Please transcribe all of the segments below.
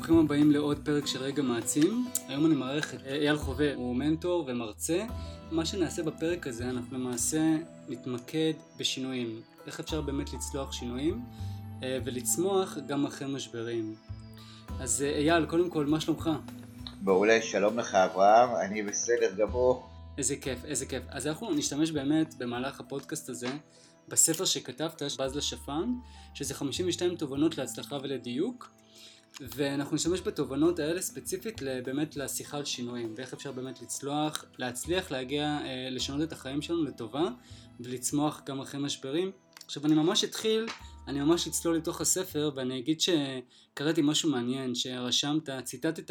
ברוכים הבאים לעוד פרק של רגע מעצים. היום אני מארח את אייל חובב, הוא מנטור ומרצה. מה שנעשה בפרק הזה, אנחנו למעשה נתמקד בשינויים. איך אפשר באמת לצלוח שינויים ולצמוח גם אחרי משברים. אז אייל, קודם כל, מה שלומך? מעולה, שלום לך אברהם, אני בסדר גמור. איזה כיף, איזה כיף. אז אנחנו נשתמש באמת במהלך הפודקאסט הזה בספר שכתבת, בז לשפן, שזה 52 תובנות להצלחה ולדיוק. ואנחנו נשתמש בתובנות האלה ספציפית באמת לשיחה על שינויים, ואיך אפשר באמת להצליח להגיע, לשנות את החיים שלנו לטובה, ולצמוח גם אחרי משברים. עכשיו אני ממש אצלול לתוך הספר, ואני אגיד שקראתי משהו מעניין, שרשמת, ציטטת,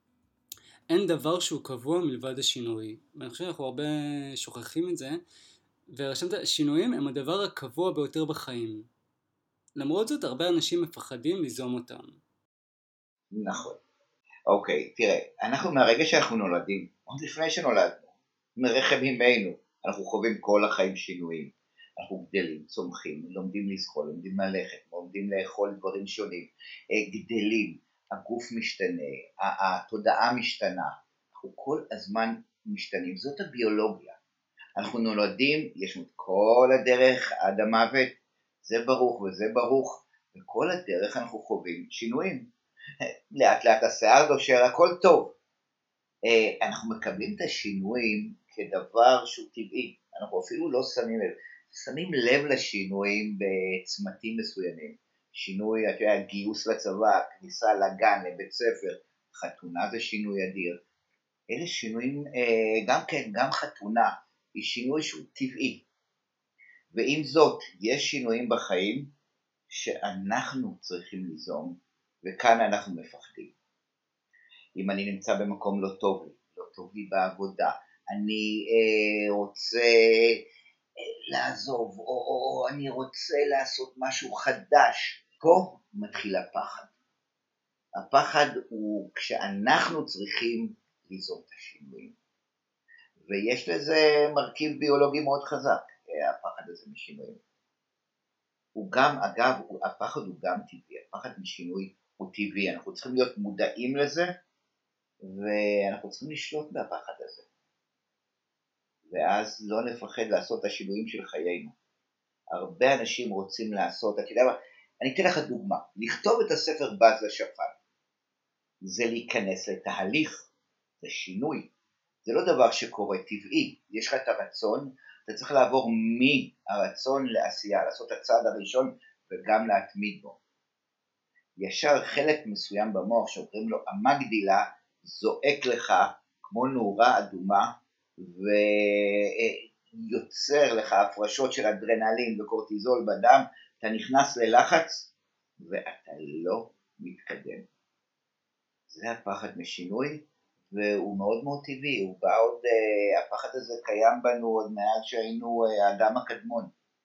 אין דבר שהוא קבוע מלבד השינוי. ואני חושב שאנחנו הרבה שוכחים את זה, ורשמת, שינויים הם הדבר הקבוע ביותר בחיים. למרות זאת, הרבה אנשים מפחדים ליזום אותם. נכון. אוקיי, תראה, אנחנו מהרגע שאנחנו נולדים, עוד לפני שנולדנו, מרחם אימנו, אנחנו חווים כל החיים שינויים. אנחנו גדלים, צומחים, לומדים לזחול, לומדים ללכת, לומדים לאכול דברים שונים, גדלים, הגוף משתנה, התודעה משתנה, אנחנו כל הזמן משתנים, זאת הביולוגיה. אנחנו נולדים, יש את כל הדרך עד המוות, זה ברוך וזה ברוך, וכל הדרך אנחנו חווים שינויים. לאט לאט השיער דושר, הכל טוב. אנחנו מקבלים את השינויים כדבר שהוא טבעי, אנחנו אפילו לא שמים לב לשינויים בצמתים מסוימים. שינוי, גיוס לצבא, כניסה לגן, לבית ספר, חתונה זה שינוי אדיר. אלה שינויים, גם חתונה היא שינוי שהוא טבעי. ועם זאת, יש שינויים בחיים שאנחנו צריכים ליזום, וכאן אנחנו מפחדים. אם אני נמצא במקום לא טוב לי בעבודה, אני רוצה לעזוב, או אני רוצה לעשות משהו חדש, פה מתחיל הפחד. הפחד הוא כשאנחנו צריכים ליזום את השינויים. ויש לזה מרכיב ביולוגי מאוד חזק, הפחד הזה משינויים. הוא גם, אגב, הפחד הוא גם טבעי, הפחד משינוי הוא טבעי, אנחנו צריכים להיות מודעים לזה, ואנחנו צריכים לשלוט בפחד הזה. ואז לא נפחד לעשות את השינויים של חיינו. הרבה אנשים רוצים לעשות, אתה יודע מה, אני אתן לך דוגמה, לכתוב את הספר בז לשפן, זה להיכנס לתהליך, זה שינוי, זה לא דבר שקורה טבעי, יש לך את הרצון, אתה צריך לעבור מהרצון לעשייה, לעשות את הצעד הראשון וגם להתמיד בו. ישר חלק מסוים במוח שאומרים לו המגדילה זועק לך כמו נורה אדומה ויוצר לך הפרשות של אדרנלין וקורטיזול בדם, אתה נכנס ללחץ ואתה לא מתקדם. זה הפחד משינוי והוא מאוד מאוד טבעי, הוא בא עוד, הפחד הזה קיים בנו עוד מאז שהיינו האדם הקדמון.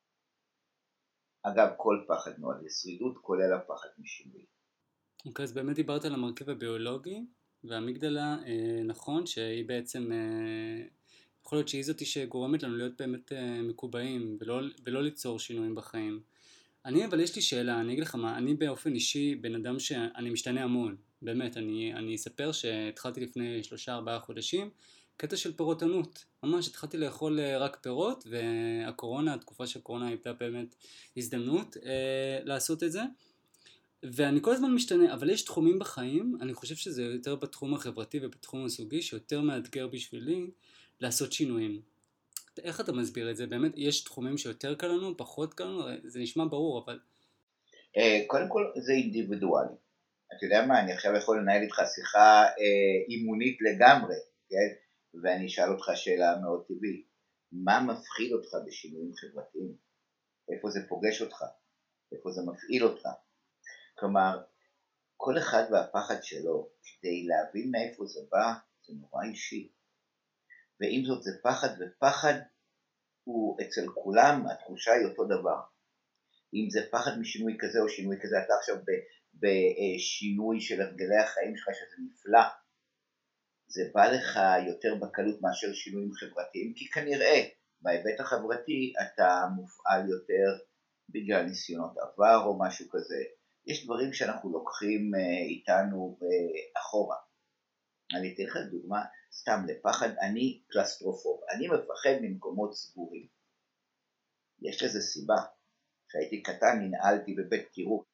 אגב, כל פחד נועד לשרידות, כולל הפחד משינוי. אוקיי, אז באמת דיברת על המרכיב הביולוגי, והאמיגדלה, נכון, שהיא בעצם, יכול להיות שהיא זאתי שגורמת לנו להיות באמת מקובעים, ולא ליצור שינויים בחיים. אבל יש לי שאלה, אני אגיד לך מה, אני באופן אישי בן אדם שאני משתנה המון, באמת, אני אספר שהתחלתי לפני 3-4 חודשים, קטע של פירותנות, ממש התחלתי לאכול רק פירות, והקורונה, התקופה של הקורונה הייתה באמת הזדמנות לעשות את זה, ואני כל הזמן משתנה, אבל יש תחומים בחיים, אני חושב שזה יותר בתחום החברתי ובתחום הסוגי, שיותר מאתגר בשבילי לעשות שינויים. איך אתה מסביר את זה? באמת, יש תחומים שיותר קל לנו, פחות קל לנו? זה נשמע ברור, אבל... קודם כל, זה אינדיבידואלי. אתה יודע מה, אני עכשיו יכול לנהל איתך שיחה אימונית לגמרי, כן? ואני אשאל אותך שאלה מאוד טבעית. מה מפחיד אותך בשינויים חברתיים? איפה זה פוגש אותך? איפה זה מפעיל אותך? כלומר, כל אחד והפחד שלו, כדי להבין מאיפה זה בא, זה נורא אישי. ואם זאת זה פחד, ופחד הוא אצל כולם, התחושה היא אותו דבר. אם זה פחד משינוי כזה או שינוי כזה, אתה עכשיו בשינוי של הרגלי החיים שלך, שזה נפלא. זה בא לך יותר בקלות מאשר שינויים חברתיים, כי כנראה בהיבט החברתי אתה מופעל יותר בגלל ניסיונות עבר או משהו כזה. יש דברים שאנחנו לוקחים איתנו אחורה. אני אתן לך דוגמה, סתם לפחד, אני קלסטרופוב, אני מפחד ממקומות סגורים. יש לזה סיבה. כשהייתי קטן ננעלתי בבית קירור,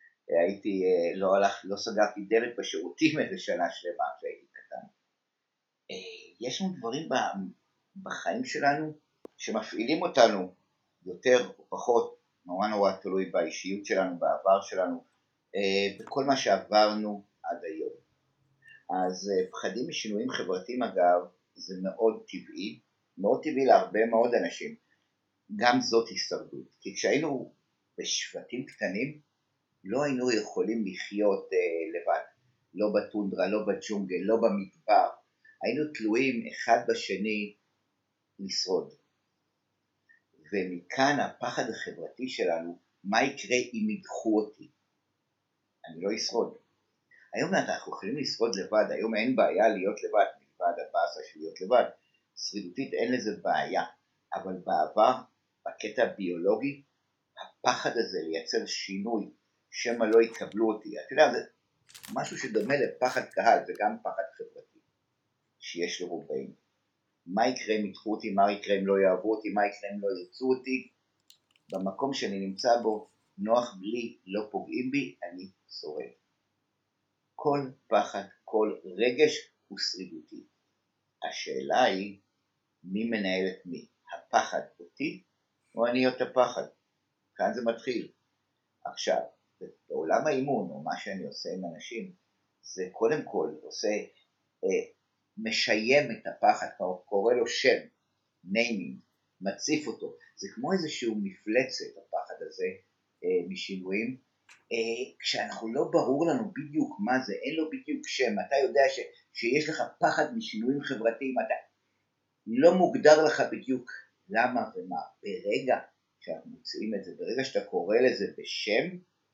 לא סגרתי דלת בשירותים איזה שנה שלמה כשהייתי קטן. יש לנו דברים בחיים שלנו שמפעילים אותנו יותר או פחות, נורא תלוי באישיות שלנו, בעבר שלנו, בכל מה שעברנו עד היום. אז פחדים משינויים חברתיים אגב זה מאוד טבעי להרבה מאוד אנשים, גם זאת הישרדות, כי כשהיינו בשבטים קטנים לא היינו יכולים לחיות לבד, לא בטונדרה, לא בג'ונגל, לא במדבר, היינו תלויים אחד בשני לשרוד. ומכאן הפחד החברתי שלנו, מה יקרה אם ידחו אותי? אני לא אשרוד. היום אנחנו יכולים לשרוד לבד, היום אין בעיה להיות לבד, מלבד הבאסה של להיות לבד, שרידותית אין לזה בעיה, אבל בעבר, בקטע הביולוגי, הפחד הזה לייצר שינוי, שמה לא יקבלו אותי, אתה יודע, זה משהו שדומה לפחד קהל, זה גם פחד חברתי, שיש לרובעים. מה יקרה אם ידחו אותי, מה יקרה אם לא יאהבו אותי, מה יקרה אם לא ירצו אותי, במקום שאני נמצא בו, נוח בלי, לא פוגעים בי, אני שורד. כל פחד, כל רגש הוא שרידותי. השאלה היא, מי מנהל את מי? הפחד אותי, או אני את הפחד? כאן זה מתחיל. עכשיו, בעולם האימון, או מה שאני עושה עם אנשים, זה קודם כל עושה, משיים את הפחד, קורא לו שם, ניימינג, מציף אותו. זה כמו איזשהו מפלצת, הפחד הזה, משינויים, כשאנחנו לא ברור לנו בדיוק מה זה, אין לו בדיוק שם, אתה יודע שיש לך פחד משינויים חברתיים, אתה לא מוגדר לך בדיוק למה ומה. ברגע שאנחנו מוצאים את זה, ברגע שאתה קורא לזה בשם,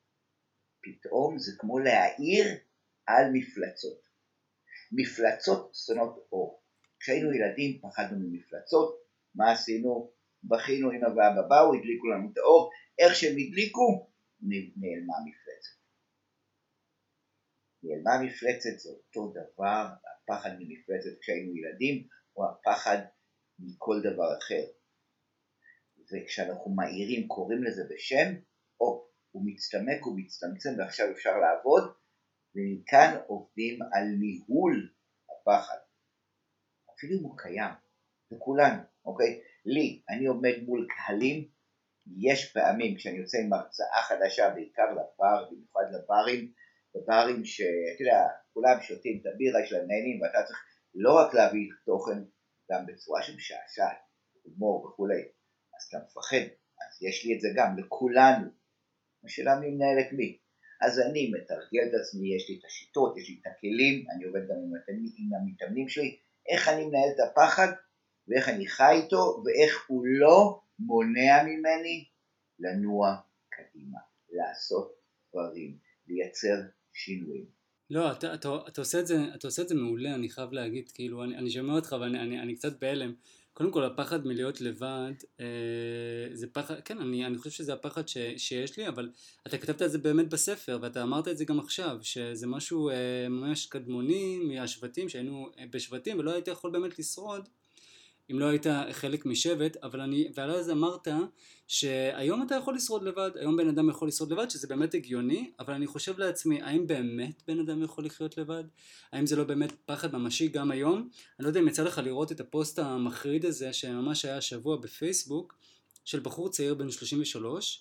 פתאום זה כמו להעיר על מפלצות. מפלצות שונאות אור. כשהיינו ילדים פחדנו ממפלצות, מה עשינו? בכינו עם אבא באו, הדליקו לנו את האור, איך שהם הדליקו, נעלמה מפלצת. נעלמה מפלצת זה אותו דבר, הפחד ממפלצת כשהיינו ילדים, או הפחד מכל דבר אחר. וכשאנחנו מאירים, קוראים לזה בשם, הוא מצטמק, הוא מצטמצם, ועכשיו אפשר לעבוד, ומכאן עובדים על ניהול הפחד. אפילו הוא קיים, לכולנו, אוקיי? לי, אני עומד מול קהלים, יש פעמים כשאני יוצא עם הרצאה חדשה, בעיקר לבר, במיוחד לברים, בברים שאתה יודע, כולם שותים את הבירה של הנהנים, ואתה צריך לא רק להביא תוכן, גם בצורה שמשעשעת, הומור וכו'. אז אתה מפחד, אז יש לי את זה גם, לכולנו. השאלה מי מנהל את מי. אז אני מתרגל את עצמי, יש לי את השיטות, יש לי את הכלים, אני עובד גם עם המתאמנים שלי, איך אני מנהל את הפחד, ואיך אני חי איתו, ואיך הוא לא מונע ממני לנוע קדימה, לעשות דברים, לייצר שינויים. לא, אתה עושה את זה מעולה, אני חייב להגיד, כאילו, אני שומע אותך ואני קצת בהלם. קודם כל, הפחד מלהיות לבד, זה פחד, כן, אני חושב שזה הפחד שיש לי, אבל אתה כתבת את זה באמת בספר, ואתה אמרת את זה גם עכשיו, שזה משהו ממש קדמוני מהשבטים, שהיינו בשבטים, ולא היית יכול באמת לשרוד, אם לא היית חלק משבט, ועל אז אמרת שהיום אתה יכול לשרוד לבד, היום בן אדם יכול לשרוד לבד, שזה באמת הגיוני, אבל אני חושב לעצמי, האם באמת בן אדם יכול לחיות לבד? האם זה לא באמת פחד ממשי גם היום? אני לא יודע אם יצא לך לראות את הפוסט המחריד הזה, שממש היה שבוע בפייסבוק, של בחור צעיר בן 33,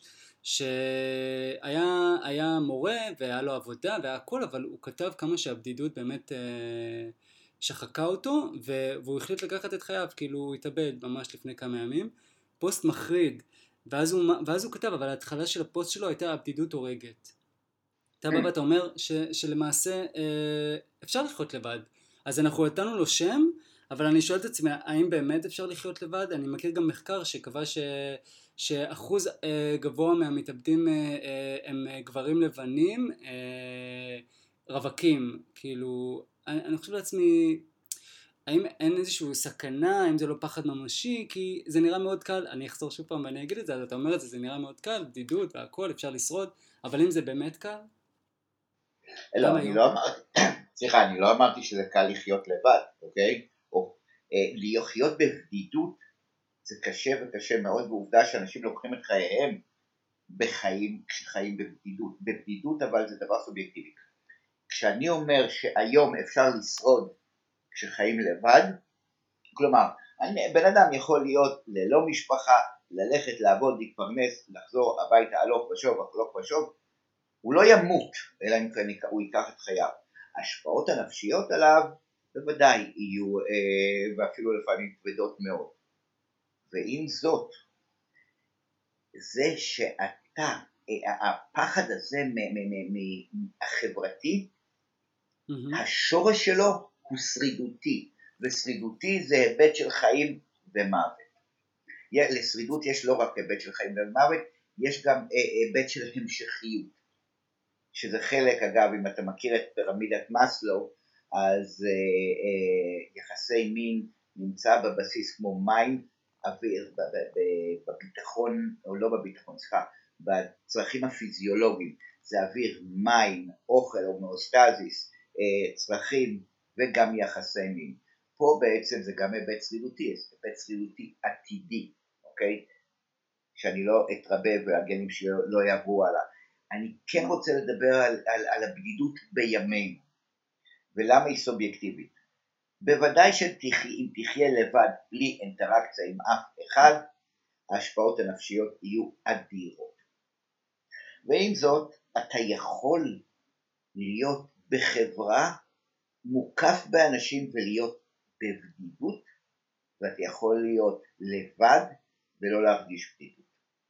שהיה מורה והיה לו עבודה והיה הכל, אבל הוא כתב כמה שהבדידות באמת שחקה אותו, והוא החליט לקחת את חייו, כאילו הוא התאבד ממש לפני כמה ימים, פוסט מחריד, ואז הוא כתב, אבל ההתחלה של הפוסט שלו הייתה הבדידות הורגת. אתה בא ואתה אומר שלמעשה אפשר לחיות לבד, אז אנחנו נתנו לו שם, אבל אני שואל את עצמי, האם באמת אפשר לחיות לבד? אני מכיר גם מחקר שקבע שאחוז גבוה מהמתאבדים הם גברים לבנים, רווקים, כאילו, אני חושב לעצמי, האם אין איזושהי סכנה, האם זה לא פחד ממשי, כי זה נראה מאוד קל, אני אחזור שוב פעם ואני אגיד את זה, אז אתה אומר את זה, זה נראה מאוד קל, בדידות והכל, אפשר לשרוד, אבל אם זה באמת קל, גם לא, אני היום. לא אמרתי, סליחה, אני לא אמרתי שזה קל לחיות לבד, אוקיי? או לחיות בבדידות זה קשה וקשה מאוד, ועובדה שאנשים לוקחים את חייהם כשחיים בבדידות. בבדידות אבל זה דבר סובייקטיבי. כשאני אומר שהיום אפשר לשרוד כשחיים לבד, כלומר, בן אדם יכול להיות ללא משפחה, ללכת לעבוד, להתפרנס, לחזור הביתה הלוך ושוב, הלוך ושוב, הוא לא ימות, אלא אם כן הוא ייקח את חייו. ההשפעות הנפשיות עליו בוודאי יהיו, ואפילו לפעמים כבדות מאוד. ועם זאת, זה שאתה, הפחד הזה החברתי, השורש שלו הוא שרידותי, ושרידותי זה היבט של חיים ומוות. לשרידות יש לא רק היבט של חיים ומוות, יש גם היבט של המשכיות, שזה חלק, אגב, אם אתה מכיר את פירמידת מאסלו, אז יחסי מין נמצא בבסיס כמו מים, אוויר, בביטחון, או לא בביטחון, סליחה, בצרכים הפיזיולוגיים, זה אוויר, מים, אוכל, הומאוסטזיס, צרכים וגם יחסי מין. פה בעצם זה גם היבט שרידותי, זה היבט שרידותי עתידי, אוקיי? שאני לא אתרבה והגנים שלא יעברו עליו. אני כן רוצה לדבר על הבדידות בימינו, ולמה היא סובייקטיבית. בוודאי שאם תחיה לבד בלי אינטראקציה עם אף אחד, ההשפעות הנפשיות יהיו אדירות. ועם זאת, אתה יכול להיות בחברה מוקף באנשים ולהיות בבדידות, ואתה יכול להיות לבד ולא להרגיש בדידות.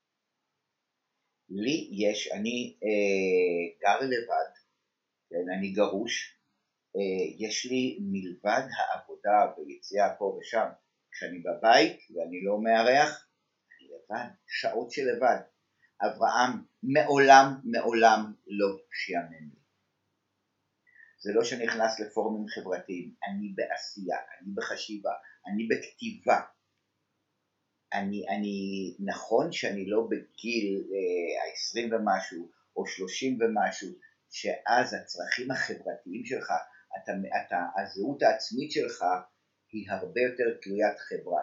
לי יש, אני גר לבד, אני גרוש, יש לי מלבד העבודה ויציאה פה ושם, כשאני בבית ואני לא מארח, אני לבד, שעות של לבד. אברהם מעולם לא שיאמן לי. זה לא שנכנס לפורומים חברתיים, אני בעשייה, אני בחשיבה, אני בכתיבה. אני נכון שאני לא בגיל 20 ומשהו או 30 ומשהו, שאז הצרכים החברתיים שלך, הזהות העצמית שלך היא הרבה יותר תלוית חברה.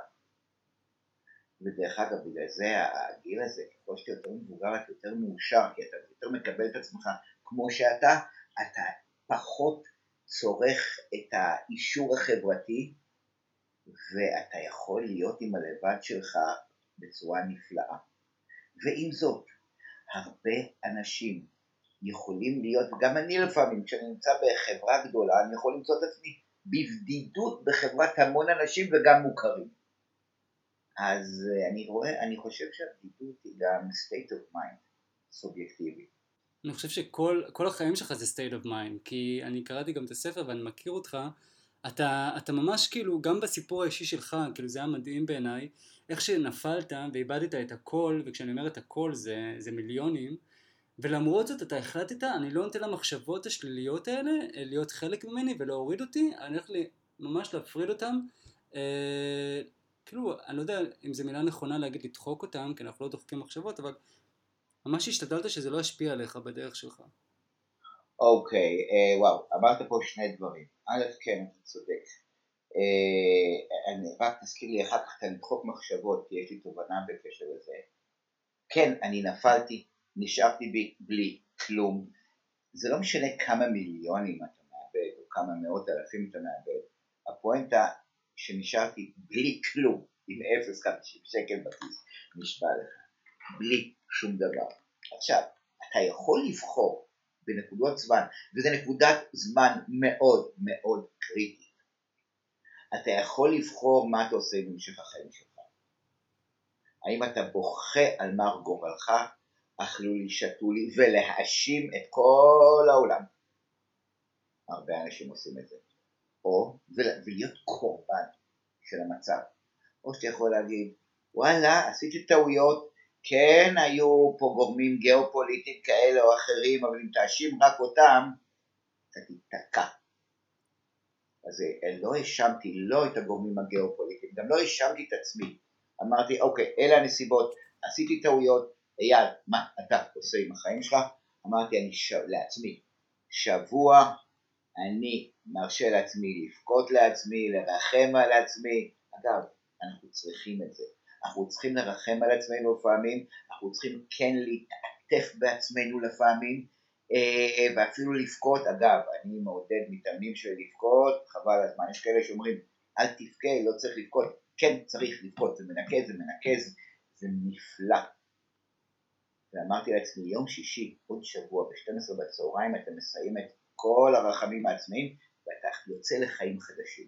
ודרך אגב, בגלל זה הגיל הזה, ככל שאתה יותר מבוגר, אתה יותר מאושר, כי אתה יותר מקבל את עצמך כמו שאתה, אתה פחות צורך את האישור החברתי, ואתה יכול להיות עם הלבד שלך בצורה נפלאה. ועם זאת, הרבה אנשים יכולים להיות, וגם אני לפעמים, כשאני נמצא בחברה גדולה, אני יכול למצוא את עצמי בבדידות בחברת המון אנשים וגם מוכרים. אז אני חושב שהבדידות היא גם state of mind, סובייקטיבי. אני חושב שכל החיים שלך זה state of mind, כי אני קראתי גם את הספר ואני מכיר אותך, אתה ממש כאילו, גם בסיפור האישי שלך, כאילו זה היה מדהים בעיניי, איך שנפלת ואיבדת את הכל, וכשאני אומר את הכל זה מיליונים, ולמרות זאת אתה החלטת, אני לא נותן למחשבות השליליות האלה להיות חלק ממני ולהוריד אותי, אני הולך ממש להפריד אותם, כאילו, אני לא יודע אם זו מילה נכונה להגיד לדחוק אותם, כי אנחנו לא דוחקים מחשבות, אבל ממש השתדלת שזה לא ישפיע עליך בדרך שלך. אוקיי, וואו, אמרת פה שני דברים. א', כן, אתה צודק. אני רק תזכיר לי אחר כך לדחוק מחשבות, כי יש לי תובנה בקשר לזה. כן, אני נפלתי, נשארתי בלי כלום. זה לא משנה כמה מיליונים אתה מאבד, או כמה מאות אלפים אתה מאבד. הפואנטה שנשארתי בלי כלום, עם 0.50 שקל בכיס, נשבע לך. בלי שום דבר. עכשיו, אתה יכול לבחור בנקודות זמן, וזה נקודת זמן מאוד מאוד קריטית. אתה יכול לבחור מה אתה עושה במשך החיים שלך. האם אתה בוכה על מר גורלך, אכלו לי, שתו לי, ולהאשים את כל העולם. הרבה אנשים עושים את זה. או, ולהיות קורבן של המצב. או שאתה יכול להגיד, וואלה, עשיתי טעויות, כן היו פה גורמים גיאופוליטיים כאלה או אחרים, אבל אם תאשים רק אותם, אתה תתקע. אז לא האשמתי לא את הגורמים הגיאופוליטיים, גם לא האשמתי את עצמי. אמרתי, אוקיי, אלה הנסיבות, עשיתי טעויות, אייל, מה אתה עושה עם החיים שלך? אמרתי לעצמי, שבוע אני מרשה לעצמי לבכות לעצמי, לרחם על עצמי. אגב, אנחנו צריכים את זה. אנחנו צריכים לרחם על עצמנו לפעמים, אנחנו צריכים כן להתעטף בעצמנו לפעמים, ואפילו לבכות. אגב, אני מעודד מתאמנים של לבכות, חבל הזמן, יש כאלה שאומרים, אל תבכה, לא צריך לבכות. כן, צריך לבכות, זה מנקז, זה נפלא. ואמרתי לעצמי, יום שישי, עוד שבוע, ב-12 בצהריים, אתה מסיים את כל הרחמים העצמיים, ואתה יוצא לחיים חדשים.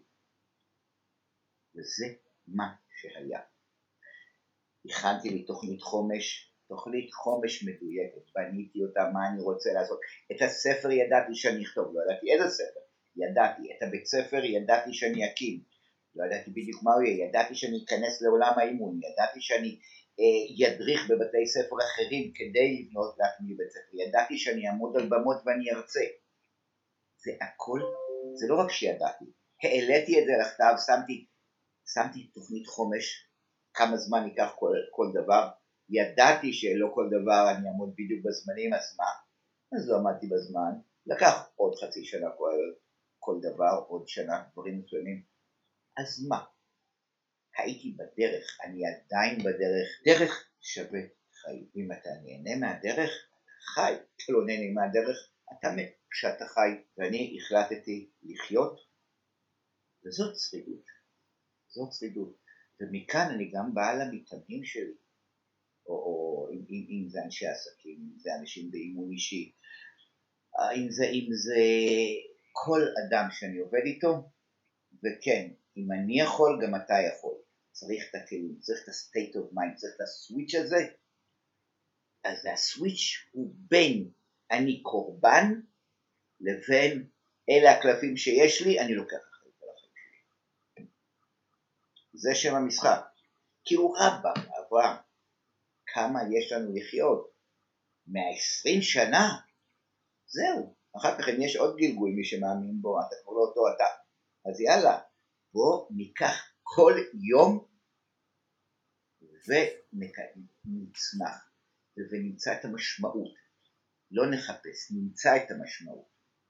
וזה מה שהיה. הכנתי לי תוכנית חומש מדויקת, בניתי אותה, מה אני רוצה לעשות. את הספר ידעתי שאני אכתוב, לא ידעתי איזה ספר, ידעתי. את הבית ספר ידעתי שאני אקים, לא ידעתי בדיוק מה הוא יהיה, ידעתי שאני אכנס לעולם האימון, ידעתי שאני ידריך בבתי ספר אחרים כדי לבנות להקים בית ספר, ידעתי שאני אעמוד על במות ואני ארצה. זה הכל, זה לא רק שידעתי, העליתי את זה לכתב, שמתי תוכנית חומש, כמה זמן ייקח כל דבר, ידעתי שלא כל דבר אני אעמוד בדיוק בזמנים, אז מה? אז לא עמדתי בזמן, לקח עוד חצי שנה כל דבר, עוד שנה דברים מסוימים, אז מה? הייתי בדרך, אני עדיין בדרך, דרך שווה חיים. אם אתה נהנה מהדרך, אתה חי, אתה לא נהנה מהדרך, אתה מת כשאתה חי. ואני החלטתי לחיות, וזאת שרידות. ומכאן אני גם באה למתאמנים שלי, או אם זה אנשי עסקים, אם זה אנשים באימון אישי, אם זה כל אדם שאני עובד איתו, וכן, אם אני יכול, גם אתה יכול. צריך את הכלים, צריך את ה-state of mind, צריך את הסוויץ' הזה. אז הסוויץ' הוא בין אני קורבן, לבין אלה הקלפים שיש לי, אני לוקח אחריות על החיים שלי. זה שם המשחק. כי הוא אברהם, כמה יש לנו לחיות? 120 שנה? זהו. אחר כך אם יש עוד גלגול, מי שמאמין בו, אתה כבר לא אותו אתה. אז יאללה, בוא ניקח כל יום ונצמח ונמצא את המשמעות. לא נחפש, נמצא את המשמעות.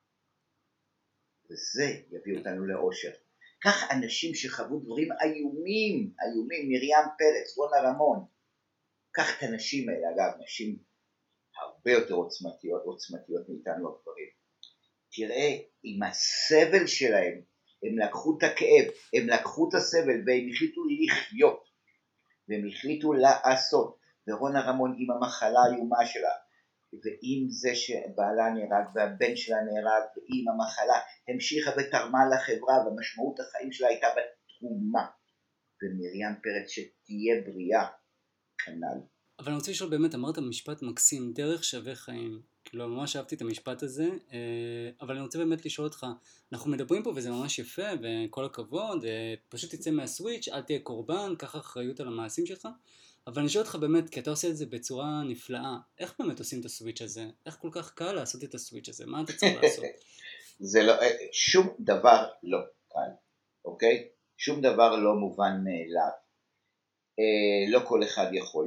וזה יביא אותנו לאושר. כך אנשים שחוו דברים איומים, מרים פרץ, רונה רמון, כך את הנשים האלה, אגב, נשים הרבה יותר עוצמתיות מאיתנו הגברים. תראה, עם הסבל שלהם, הם לקחו את הכאב, הם לקחו את הסבל והם החליטו לחיות, והם החליטו לעשות. ורונה רמון עם המחלה האיומה שלה, ועם זה שבעלה נהרג והבן שלה נהרג, ועם המחלה המשיכה ותרמה לחברה, ומשמעות החיים שלה הייתה בתרומה. ומרים פרץ שתהיה בריאה כנ"ל. אבל אני רוצה לשאול, באמת אמרת משפט מקסים, דרך שווה חיים. כאילו ממש אהבתי את המשפט הזה, אבל אני רוצה באמת לשאול אותך, אנחנו מדברים פה וזה ממש יפה וכל הכבוד, פשוט תצא מהסוויץ', אל תהיה קורבן, קח אחריות על המעשים שלך, אבל אני שואל אותך באמת, כי אתה עושה את זה בצורה נפלאה, איך באמת עושים את הסוויץ' הזה? איך כל כך קל לעשות את הסוויץ' הזה? מה אתה צריך לעשות? זה לא, שום דבר לא קל, אוקיי? שום דבר לא מובן מאליו. לא כל אחד יכול.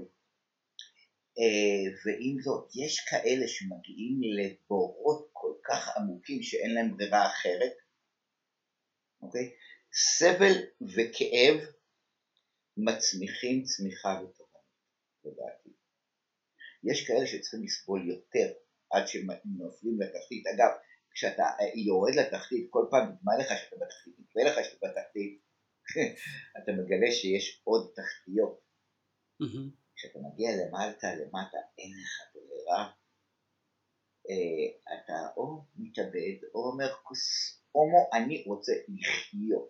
ועם זאת, יש כאלה שמגיעים לבורות כל כך עמוקים שאין להם ברירה אחרת, אוקיי? סבל וכאב מצמיחים צמיחה ותובנות, לדעתי. יש כאלה שצריכים לסבול יותר עד שנופלים לתחתית. אגב, כשאתה יורד לתחתית, כל פעם נדמה לך שאתה בתחתית, נדמה לך שאתה בתחתית, אתה מגלה שיש עוד תחתיות. כשאתה מגיע למטה, אין לך ברירה. אתה או מתאבד או אומר הומו, אני רוצה לחיות.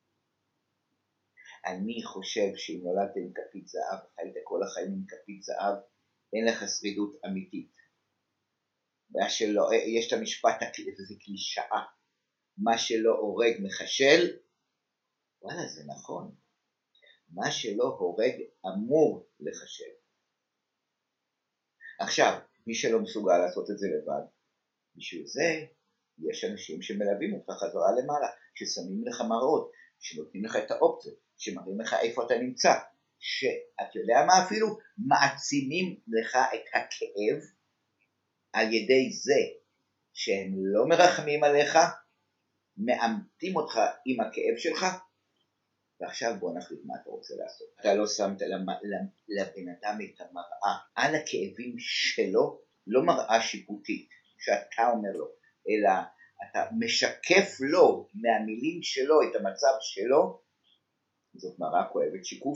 אני חושב שאם נולדת עם כפית זהב, חיית כל החיים עם כפית זהב, אין לך שרידות אמיתית. יש את המשפט, וזה קלישאה, מה שלא הורג מחשל, וואלה זה נכון, מה שלא הורג אמור לחשל. עכשיו, מי שלא מסוגל לעשות את זה לבד, בשביל זה יש אנשים שמלווים אותך חזרה למעלה. ששמים לך מראות, שנותנים לך את האופציות, שמראים לך איפה אתה נמצא, שאת יודע מה אפילו, מעצימים לך את הכאב, על ידי זה שהם לא מרחמים עליך, מאמתים אותך עם הכאב שלך, ועכשיו בוא נחליט מה אתה רוצה לעשות. אתה לא שמת לבן אדם את המראה על הכאבים שלו, לא מראה שיפוטית שאתה אומר לו, אלא אתה משקף לו מהמילים שלו את המצב שלו, זאת מראה כואבת שיקוף.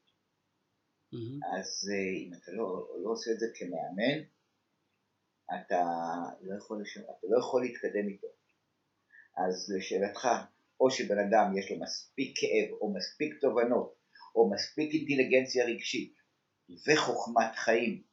אז אם אתה לא עושה את זה כמאמן, אתה לא יכול להתקדם איתו. אז לשאלתך, או שבן אדם יש לו מספיק כאב, או מספיק תובנות, או מספיק אינטליגנציה רגשית, וחוכמת חיים,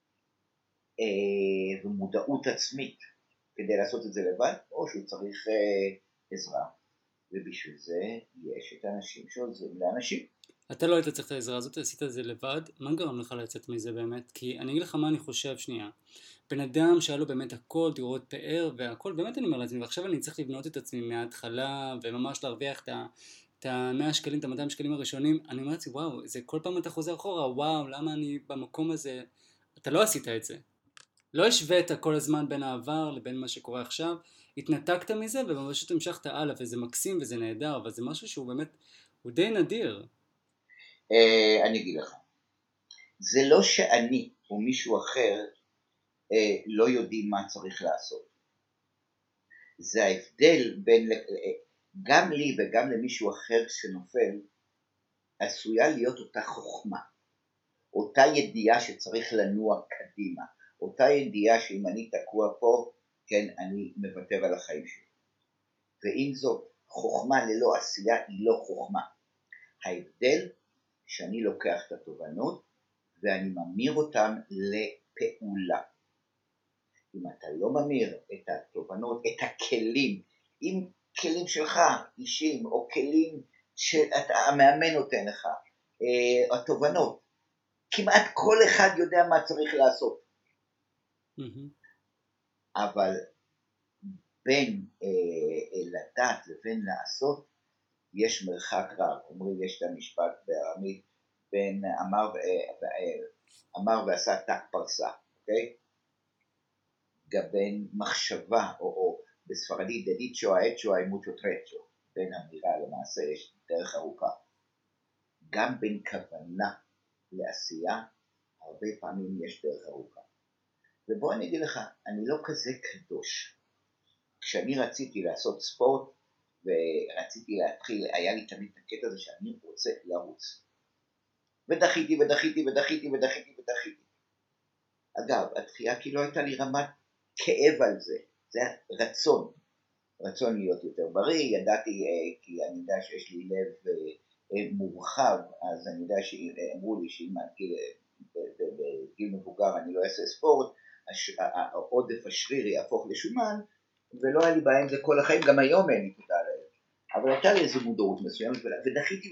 ומודעות עצמית, כדי לעשות את זה לבד, או שהוא צריך עזרה. ובשביל זה יש את האנשים שעוזרים לאנשים. אתה לא היית צריך את העזרה הזאת, עשית את זה לבד, מה גרם לך לצאת מזה באמת? כי אני אגיד לך מה אני חושב שנייה. בן אדם שהיה לו באמת הכל, דירות פאר והכל, באמת אני אומר לעצמי, ועכשיו אני צריך לבנות את עצמי מההתחלה, וממש להרוויח את ה-100 שקלים, את ה-200 שקלים הראשונים, אני אומר לעצמי, וואו, זה כל פעם אתה חוזר אחורה, וואו, למה אני במקום הזה? אתה לא עשית את זה. לא השווית כל הזמן בין העבר לבין מה שקורה עכשיו, התנתקת מזה וממש המשכת הלאה, וזה מקסים וזה נהדר, אבל זה משהו שהוא באמת, הוא די נדיר. אני אגיד לך, זה לא שאני או מישהו אחר לא יודעים מה צריך לעשות. זה ההבדל בין, גם לי וגם למישהו אחר שנופל, עשויה להיות אותה חוכמה, אותה ידיעה שצריך לנוע קדימה, אותה ידיעה שאם אני תקוע פה, כן, אני מוותר על החיים שלי. ועם זאת, חוכמה ללא עשייה היא לא חוכמה. ההבדל שאני לוקח את התובנות ואני ממיר אותן לפעולה. אם אתה לא ממיר את התובנות, את הכלים, אם כלים שלך אישיים או כלים שאתה המאמן נותן לך, התובנות, כמעט כל אחד יודע מה צריך לעשות. אבל בין לדעת לבין לעשות יש מרחק רב. אומרים, יש את המשפט בארמית בין אמר ועשה תק פרסה, אוקיי? גם בין מחשבה, או בספרדית דדיצ'ו האצ'ו האמוצ'ו טרצ'ו, בין אמירה למעשה יש דרך ארוכה. גם בין כוונה לעשייה הרבה פעמים יש דרך ארוכה. ובוא אני אגיד לך, אני לא כזה קדוש. כשאני רציתי לעשות ספורט ורציתי להתחיל, היה לי תמיד את הקטע הזה שאני רוצה לרוץ. ודחיתי. אגב, התחייה כי לא הייתה לי רמת כאב על זה, זה היה רצון להיות יותר בריא, ידעתי, כי אני יודע שיש לי לב מורחב, אז אני יודע שאמרו לי שאם בגיל מבוגר אני לא אעשה ספורט, העודף השרירי יהפוך לשומן, ולא היה לי בעיה עם זה כל החיים, גם היום אין לי תודה עליהם. אבל הייתה לי איזו מודעות מסוימת, ודחיתי.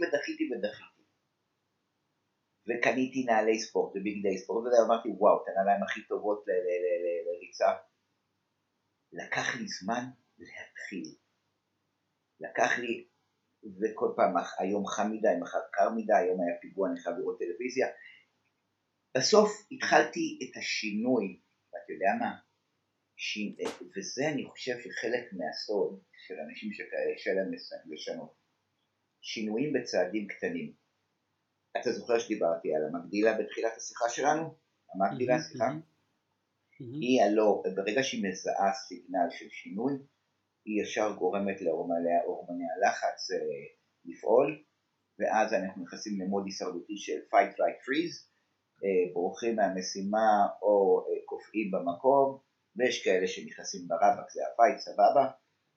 וקניתי נעלי ספורט ובגדי ספורט, ואמרתי וואו, את הנעליים הכי טובות לריצה. לקח לי זמן להתחיל. לקח לי, וכל פעם, היום חם מדי, מחר קר מדי, היום היה פיגוע, אני חייב לראות טלוויזיה. בסוף התחלתי את השינוי, ואתה יודע מה? וזה אני חושב שחלק מהסוד של אנשים שקשה להם לשנות. שינויים בצעדים קטנים. אתה זוכר שדיברתי על המגדילה בתחילת השיחה שלנו? המגדילה, סליחה? היא הלא, ברגע שהיא מזהה סיגנל של שינוי, היא ישר גורמת להורמוני הלחץ לפעול, ואז אנחנו נכנסים למוד הישרדותי של fight, flight, freeze, בורחים מהמשימה או קופאים במקום, ויש כאלה שנכנסים ברבק, זה הפייט, סבבה.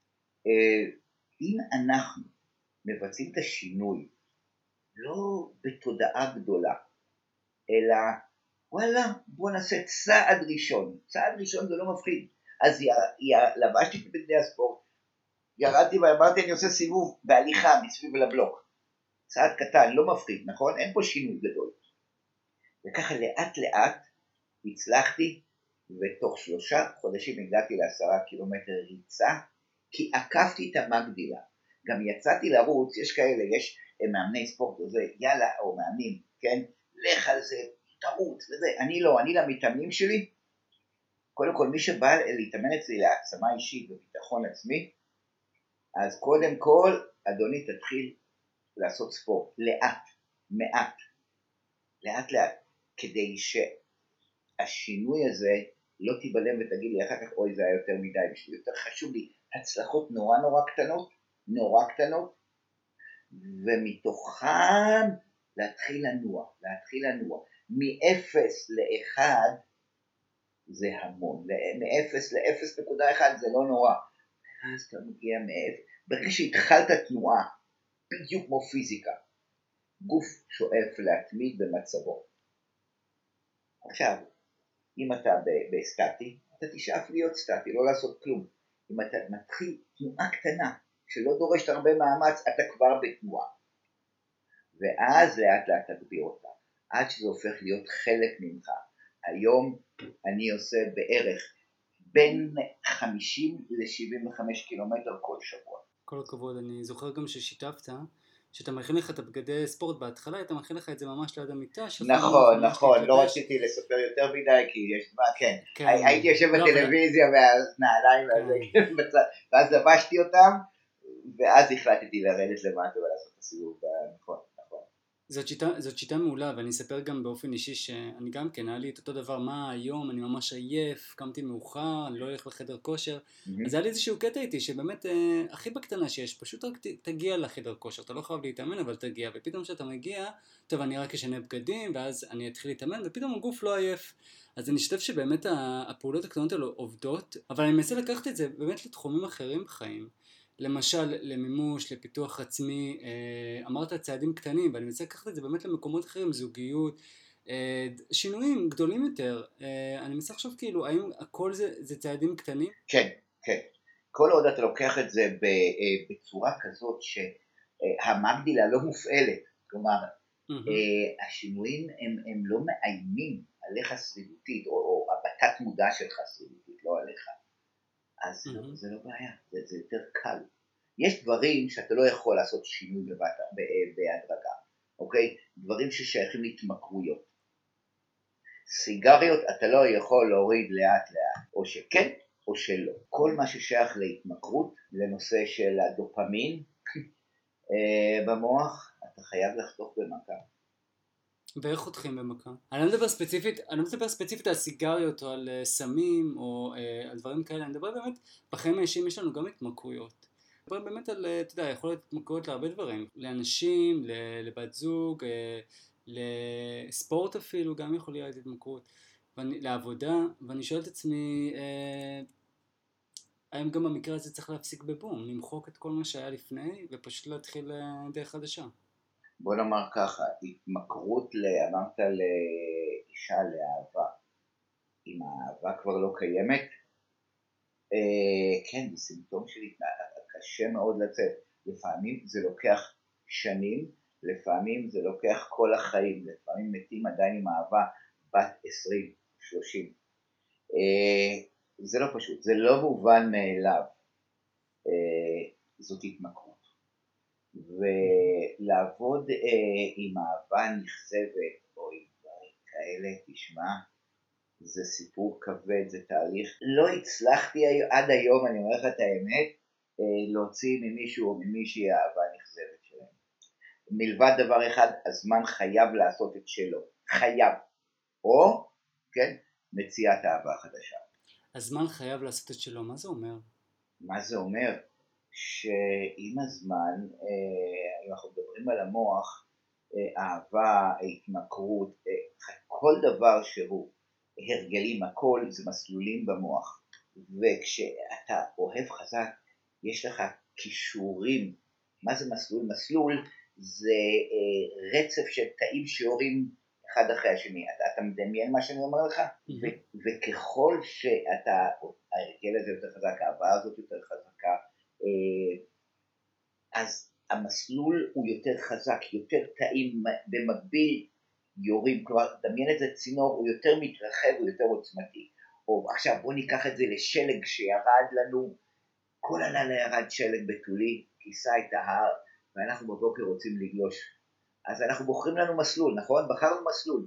אם אנחנו מבצעים את השינוי, לא בתודעה גדולה, אלא וואלה, בוא נעשה צעד ראשון. צעד ראשון זה לא מפחיד. אז לבשתי את בגדי הספורט, ירדתי ואמרתי אני עושה סיבוב בהליכה מסביב לבלוק. צעד קטן, לא מפחיד, נכון? אין פה שינוי גדול. וככה לאט לאט הצלחתי, ותוך 3 חודשים הגעתי ל10 קילומטר ריצה, כי עקפתי את המגדילה. גם יצאתי לרוץ, יש כאלה, יש מאמני ספורט וזה, יאללה, או מאמנים, כן, לך על זה, תרוץ וזה, אני לא, אני למתאמנים שלי, קודם כל מי שבא להתאמן אצלי להעצמה אישית וביטחון עצמי, אז קודם כל, אדוני תתחיל לעשות ספורט, לאט, מעט, לאט לאט, כדי שהשינוי הזה לא תיבלם ותגיד לי אחר כך, אוי זה היה יותר מדי, בשביל יותר חשוב לי, הצלחות נורא קטנות, ומתוכן להתחיל לנוע, מ-0 ל-1 זה המון, מ-0 ל-0.1 זה לא נורא, אז אתה מגיע מ-0, ברגע שהתחלת תנועה, בדיוק כמו פיזיקה, גוף שואף להתמיד במצבו. עכשיו, אם אתה בסטטי, אתה תשאף להיות סטטי, לא לעשות כלום. אם אתה מתחיל תנועה קטנה, שלא דורשת הרבה מאמץ, אתה כבר בתנועה. ואז לאט לאט תגביר אותה, עד שזה הופך להיות חלק ממך. היום אני עושה בערך בין 50 ל-75 קילומטר כל שבוע. כל הכבוד, אני זוכר גם ששיתפת, שאתה מכין לך את הבגדי ספורט בהתחלה, אתה מכין לך את זה ממש ליד המיטה שלך. נכון, לא רציתי לספר יותר מדי, כי יש מה, כן. הייתי יושב בטלוויזיה והנעליים ואז לבשתי אותם, ואז החלטתי לרדת למטה ולעשות את הסיבוב, נכון. זאת שיטה מעולה, ואני אספר גם באופן אישי שאני גם כן, היה לי את אותו דבר, מה היום, אני ממש עייף, קמתי מאוחר, אני לא הולך לחדר כושר, אז היה לי איזשהו קטע איתי, שבאמת הכי בקטנה שיש, פשוט רק תגיע לחדר כושר, אתה לא חייב להתאמן, אבל תגיע, ופתאום כשאתה מגיע, טוב, אני רק אשנה בגדים, ואז אני אתחיל להתאמן, ופתאום הגוף לא עייף, אז אני חושב שבאמת הפעולות הקטנות האלו עובדות, אבל אני מנסה לקחת את זה באמת לתחומים אחרים בחיים, למשל למימוש, לפיתוח עצמי, אמרת צעדים קטנים, ואני מנסה לקחת את זה באמת למקומות אחרים, זוגיות, שינויים גדולים יותר, אני מנסה לחשוב כאילו, האם הכל זה צעדים קטנים? כן. כל עוד אתה לוקח את זה בצורה כזאת שהמגדילה לא מופעלת, כלומר, השינויים הם לא מאיימים עליך סביבותית, או בתת מודע שלך סביבותית, לא עליך. אז זה לא בעיה, זה יותר קל. יש דברים שאתה לא יכול לעשות שינוי בהדרגה, אוקיי? דברים ששייכים להתמכרויות. סיגריות אתה לא יכול להוריד לאט לאט, או שכן או שלא. כל מה ששייך להתמכרות, לנושא של הדופמין במוח, אתה חייב לחתוך במכה. ואיך חותכים במכה? אני לא מדבר ספציפית על סיגריות או על סמים או על דברים כאלה, אני מדבר באמת, בחיים האישיים יש לנו גם התמכרויות. אני מדבר באמת על, אתה יודע, יכול להיות התמכרויות להרבה דברים, לאנשים, לבת זוג, לספורט אפילו, גם יכול להיות התמכרות, לעבודה, ואני שואל את עצמי, האם גם במקרה הזה צריך להפסיק בבום, למחוק את כל מה שהיה לפני ופשוט להתחיל דרך חדשה? בוא נאמר ככה, התמכרות אמרת לאישה לאהבה, אם האהבה כבר לא קיימת, כן, זה סימפטום של התנהגות, קשה מאוד לצאת, לפעמים זה לוקח שנים, לפעמים זה לוקח כל החיים, לפעמים מתים עדיין עם אהבה בת 20, 30, זה לא פשוט, זה לא מובן מאליו, זאת התמכרות. ולעבוד עם אהבה נכזבת או עם דברים כאלה, תשמע, זה סיפור כבד, זה תהליך. לא הצלחתי עד היום, אני אומר לך את האמת, להוציא ממישהו או ממישהי אהבה נכזבת שלהם. מלבד דבר אחד, הזמן חייב לעשות את שלו, חייב. או, כן, מציאת אהבה חדשה. הזמן חייב לעשות את שלו, מה זה אומר? מה זה אומר? שעם הזמן, אם אנחנו מדברים על המוח, אהבה, התמכרות, כל דבר שהוא הרגלים, הכל זה מסלולים במוח. וכשאתה אוהב חזק, יש לך כישורים. מה זה מסלול? מסלול זה רצף של תאים שיורים אחד אחרי השני. אתה מדמיין מה שאני אומר לך? וככל שאתה, ההרגל הזה יותר חזק, האהבה הזאת יותר חזקה, אז המסלול הוא יותר חזק, יותר תאים במקביל יורים, כלומר דמיין את זה צינור, הוא יותר מתרחב, הוא יותר עוצמתי. או עכשיו בוא ניקח את זה לשלג שירד לנו, כל הלילה ירד שלג בתולי, כיסה את ההר, ואנחנו בבוקר רוצים לגלוש. אז אנחנו בוחרים לנו מסלול, נכון? בחרנו מסלול.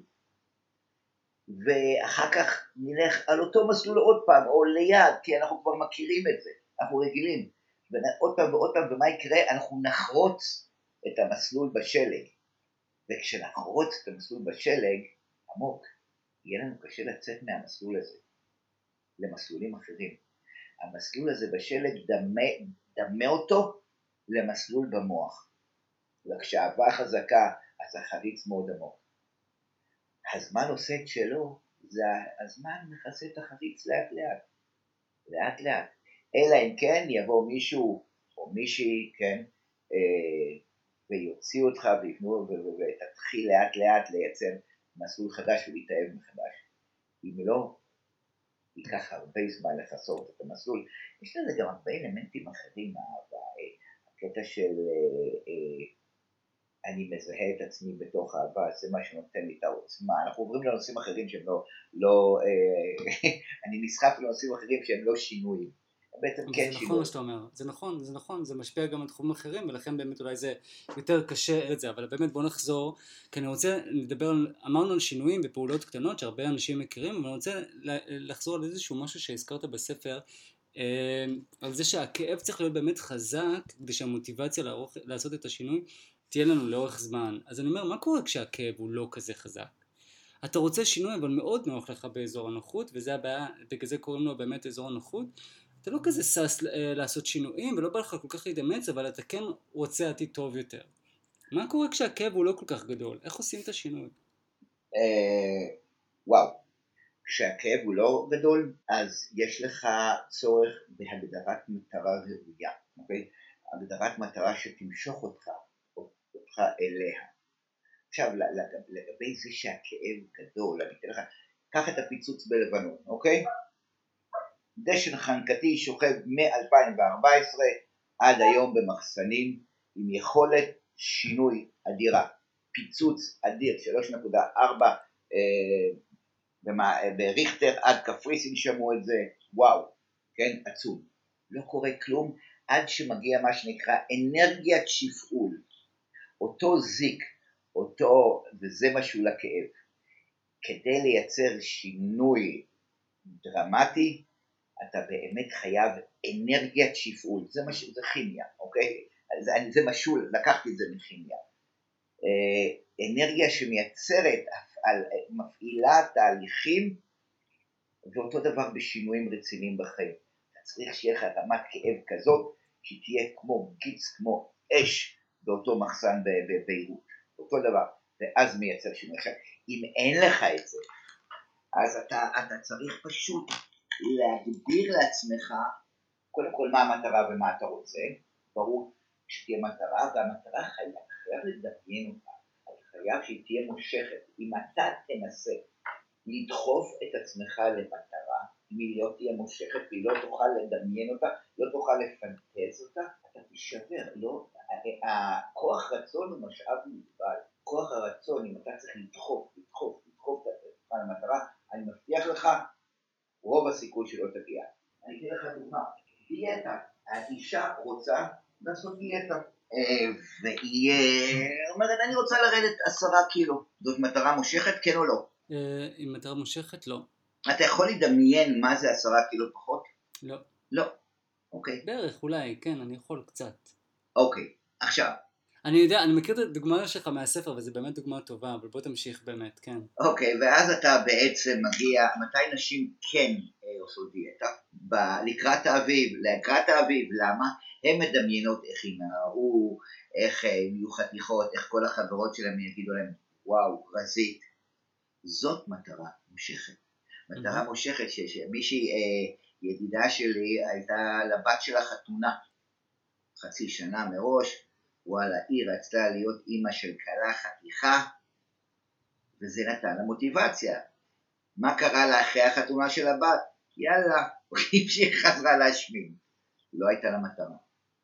ואחר כך נלך על אותו מסלול עוד פעם, או ליד, כי אנחנו כבר מכירים את זה, אנחנו רגילים. ועוד פעם ועוד פעם, ומה יקרה? אנחנו נחרוץ את המסלול בשלג. וכשנחרוץ את המסלול בשלג, עמוק, יהיה לנו קשה לצאת מהמסלול הזה, למסלולים אחרים. המסלול הזה בשלג דמה אותו למסלול במוח. וכשהאהבה חזקה, אז החריץ מאוד עמוק. הזמן עושה את שלו, הזמן מכסה את החריץ לאט לאט. לאט לאט. אלא אם כן יבוא מישהו או מישהי, כן, ויוציא אותך ויבנו ותתחיל לאט לאט לייצר מסלול חדש ולהתאהב מחדש. אם לא, ייקח הרבה זמן לחסות את המסלול. יש לזה גם הרבה אלמנטים אחרים, הקטע של אני מזהה את עצמי בתוך אהבה, זה מה שנותן לי את העוצמה. אנחנו עוברים לנושאים אחרים שהם לא אני נסחף לנושאים אחרים שהם לא שינויים. בעצם כן שינוי. זה נכון מה שאתה אומר, זה נכון, זה משפיע גם על תחומים אחרים, ולכן באמת אולי זה יותר קשה את זה, אבל באמת בוא נחזור, כי אני רוצה לדבר, אמרנו על שינויים ופעולות קטנות שהרבה אנשים מכירים, אבל אני רוצה לחזור על איזשהו משהו שהזכרת בספר, על זה שהכאב צריך להיות באמת חזק, כדי שהמוטיבציה לעשות את השינוי תהיה לנו לאורך זמן. אז אני אומר, מה קורה כשהכאב הוא לא כזה חזק? אתה רוצה שינוי, אבל מאוד נוח לך באזור הנוחות, וזה הבעיה, בגלל זה קוראים לו באמת אזור הנוחות. אתה לא כזה סס לעשות שינויים, ולא בא לך כל כך להתאמץ, אבל אתה כן רוצה עתיד טוב יותר. מה קורה כשהכאב הוא לא כל כך גדול? איך עושים את השינוי? וואו, כשהכאב הוא לא גדול, אז יש לך צורך בהגדרת מטרה ראויה, אוקיי? הגדרת מטרה שתמשוך אותך אליה. עכשיו, לגבי זה שהכאב גדול, אני אתן לך, קח את הפיצוץ בלבנון, אוקיי? דשן חנקתי שוכב מ-2014 עד היום במחסנים עם יכולת שינוי אדירה, פיצוץ אדיר 3.4 בריכטר עד קפריסין שמעו את זה, וואו, כן, עצום. לא קורה כלום עד שמגיע מה שנקרא אנרגיית שפעול, אותו זיק, וזה משהו לכאב. כדי לייצר שינוי דרמטי, אתה באמת חייב אנרגיית שפעול, זה כימיה, אוקיי? זה משול, לקחתי את זה מכימיה. אנרגיה שמייצרת, מפעילה תהליכים, ואותו דבר בשינויים רציניים בחיים. אתה צריך שיהיה לך רמת כאב כזאת, שתהיה כמו גיץ, כמו אש, באותו מחסן בביירות, אותו דבר, ואז מייצר שינוי. עכשיו, אם אין לך את זה, אז אתה צריך פשוט להגדיר לעצמך, קודם כל מה המטרה ומה אתה רוצה, ברור שתהיה מטרה, והמטרה חייב לדמיין אותה, חייב שהיא תהיה מושכת. אם אתה תנסה לדחוף את עצמך למטרה, אם היא לא תהיה מושכת והיא לא תוכל לדמיין אותה, לא תוכל לפנטז אותה, אתה תישבר. הכוח רצון הוא משאב מוגבל. כוח הרצון, אם אתה צריך לדחוף את עצמך למטרה, אני מבטיח לך, רוב הסיכוי שלא תגיע. אני אתן לך דוגמה, דיאטה. האישה רוצה לעשות דיאטה, והיא אומרת, אני רוצה לרדת 10 קילו. זאת מטרה מושכת, כן או לא? אם מטרה מושכת, לא. אתה יכול לדמיין מה זה 10 קילו פחות? לא. לא. אוקיי. בערך, אולי, כן, אני יכול קצת. אוקיי, עכשיו. אני יודע, אני מכיר את הדוגמה שלך מהספר, וזה באמת דוגמה טובה, אבל בוא תמשיך באמת, כן. אוקיי, ואז אתה בעצם מגיע, מתי נשים כן עושות דיאטה? לקראת האביב, למה? הן מדמיינות איך ינערו, איך יהיו חתיכות, איך כל החברות שלהם יגידו להם, וואו, רזית. זאת מטרה מושכת. מטרה מושכת שמישהי, ידידה שלי, הייתה לבת שלה חתונה, חצי שנה מראש, וואלה, היא רצתה להיות אימא של קלה חתיכה, וזה נתן לה מוטיבציה. מה קרה לה אחרי החתונה של הבת? יאללה, שהיא חזרה להשמין. לא הייתה לה מטרה.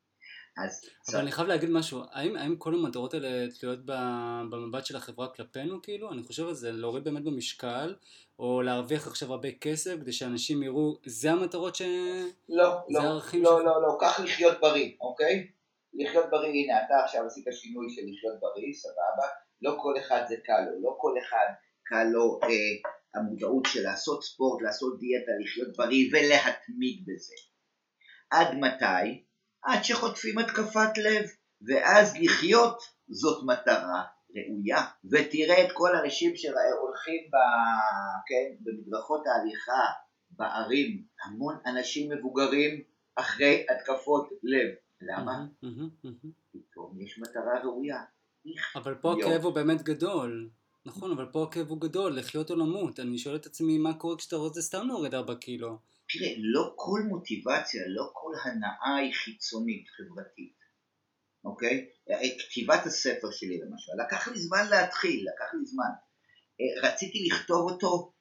אבל אני חייב להגיד משהו, האם כל המטרות האלה תלויות במבט של החברה כלפינו כאילו? אני חושב על זה, להוריד באמת במשקל, או להרוויח עכשיו הרבה כסף, כדי שאנשים יראו, זה המטרות לא, כך לחיות בריא, אוקיי? לחיות בריא, הנה אתה עכשיו עשית שינוי של לחיות בריא, סבבה, לא כל אחד זה קל לו, לא כל אחד קל לו המודעות של לעשות ספורט, לעשות דיאטה, לחיות בריא ולהתמיד בזה. עד מתי? עד שחוטפים התקפת לב, ואז לחיות זאת מטרה ראויה. ותראה את כל האנשים שהולכים במדרכות ההליכה בערים, המון אנשים מבוגרים אחרי התקפות לב. למה? פתאום יש מטרה ראויה. אבל פה הכאב הוא באמת גדול. נכון, אבל פה הכאב הוא גדול, לחיות או למות. אני שואל את עצמי מה קורה כשאתה רוצה סתם להוריד 4 קילו. תראה, לא כל מוטיבציה, לא כל הנאה היא חיצונית, חברתית. אוקיי? כתיבת הספר שלי למשל, לקח לי זמן להתחיל, לקח לי זמן. רציתי לכתוב אותו,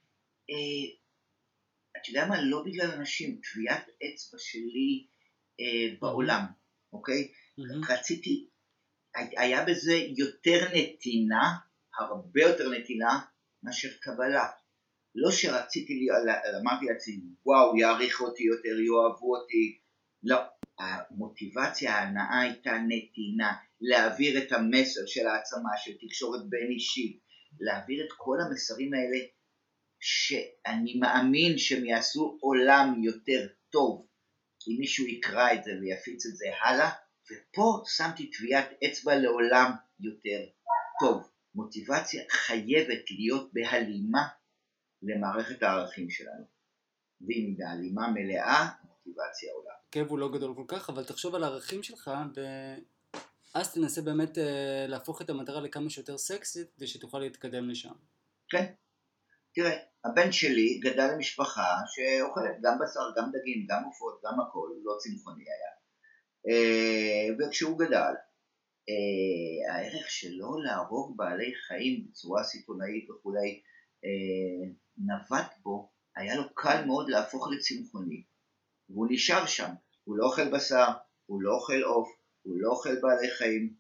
אתה יודע מה? לא בגלל אנשים, טביעת אצבע שלי בעולם, אוקיי? רציתי, היה בזה יותר נתינה, הרבה יותר נתינה, מאשר קבלה. לא שרציתי, אמרתי לעצמי, וואו, יעריך אותי יותר, יאהבו אותי. לא, המוטיבציה, ההנאה הייתה נתינה, להעביר את המסר של העצמה, של תקשורת בין אישית, להעביר את כל המסרים האלה, שאני מאמין שהם יעשו עולם יותר טוב, אם מישהו יקרא את זה ויפיץ את זה הלאה, ופה שמתי טביעת אצבע לעולם יותר טוב. מוטיבציה חייבת להיות בהלימה למערכת הערכים שלנו, ואם בהלימה מלאה, מוטיבציה עולה. הכאב הוא לא גדול כל כך, אבל תחשוב על הערכים שלך, ואז תנסה באמת להפוך את המטרה לכמה שיותר סקסית, כדי שתוכל להתקדם לשם. כן, תראה, הבן שלי גדל למשפחה שאוכלת גם בשר, גם דגים, גם עופות, גם הכל, לא צמחוני היה. וכשהוא גדל, הערך שלו להרוג בעלי חיים בצורה סיטונאית וכולי, נבט בו, היה לו קל מאוד להפוך לצמחוני, והוא נשאר שם, הוא לא אוכל בשר, הוא לא אוכל עוף, הוא לא אוכל בעלי חיים,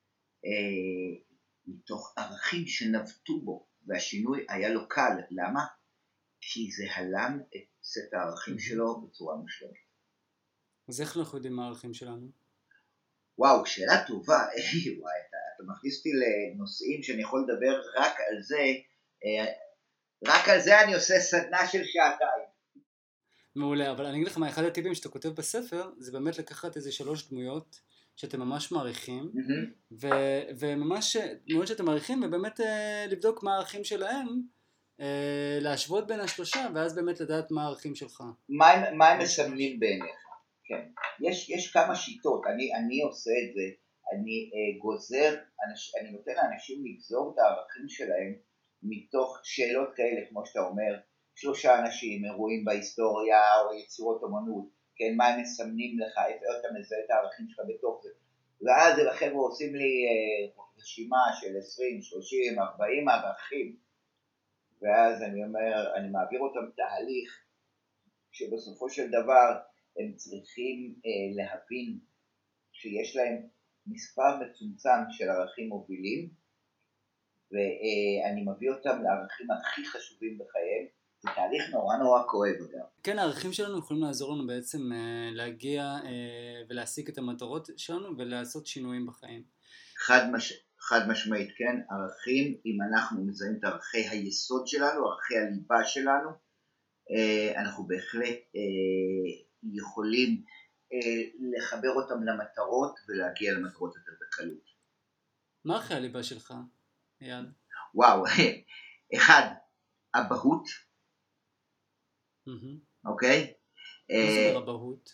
מתוך ערכים שנבטו בו, והשינוי היה לו קל. למה? כי זה הלם את סט הערכים שלו בצורה מושלמת. אז איך אנחנו יודעים מה הערכים שלנו? וואו, שאלה טובה. אתה מכניס אותי לנושאים שאני יכול לדבר רק על זה. רק על זה אני עושה סדנה של שעתיים. מעולה, אבל אני אגיד לך מה, אחד הטיפים שאתה כותב בספר, זה באמת לקחת איזה 3 דמויות שאתם ממש מעריכים, וממש דמויות שאתם מעריכים, ובאמת לבדוק מה הערכים שלהם, להשוות בין השלושה, ואז באמת לדעת מה הערכים שלך. מה הם מסמלים בעיניך? כן. יש כמה שיטות, אני עושה את זה, אני גוזר, אני נותן לאנשים לגזור את הערכים שלהם, מתוך שאלות כאלה, כמו שאתה אומר, 3 אנשים, אירועים בהיסטוריה או יצירות אומנות, כן, מה הם מסמנים לך, איפה אתה מזהה את הערכים שלך בתוך זה, ואז החבר'ה עושים לי רשימה של 20, 30, 40 ערכים, ואז אני אומר, אני מעביר אותם תהליך, שבסופו של דבר הם צריכים להבין שיש להם מספר מצומצם של ערכים מובילים, ואני מביא אותם לערכים הכי חשובים בחייהם. זה תהליך נורא נורא כואב אגב. כן, הערכים שלנו יכולים לעזור לנו בעצם להגיע ולהשיג את המטרות שלנו ולעשות שינויים בחיים. חד משמעית, כן. ערכים, אם אנחנו מזהים את ערכי היסוד שלנו, ערכי הליבה שלנו, אנחנו בהחלט יכולים לחבר אותם למטרות ולהגיע למטרות יותר בקלות. מה ערכי הליבה שלך, אייל? וואו, אחד, אבהות. אוקיי? מה זה אומר אבהות?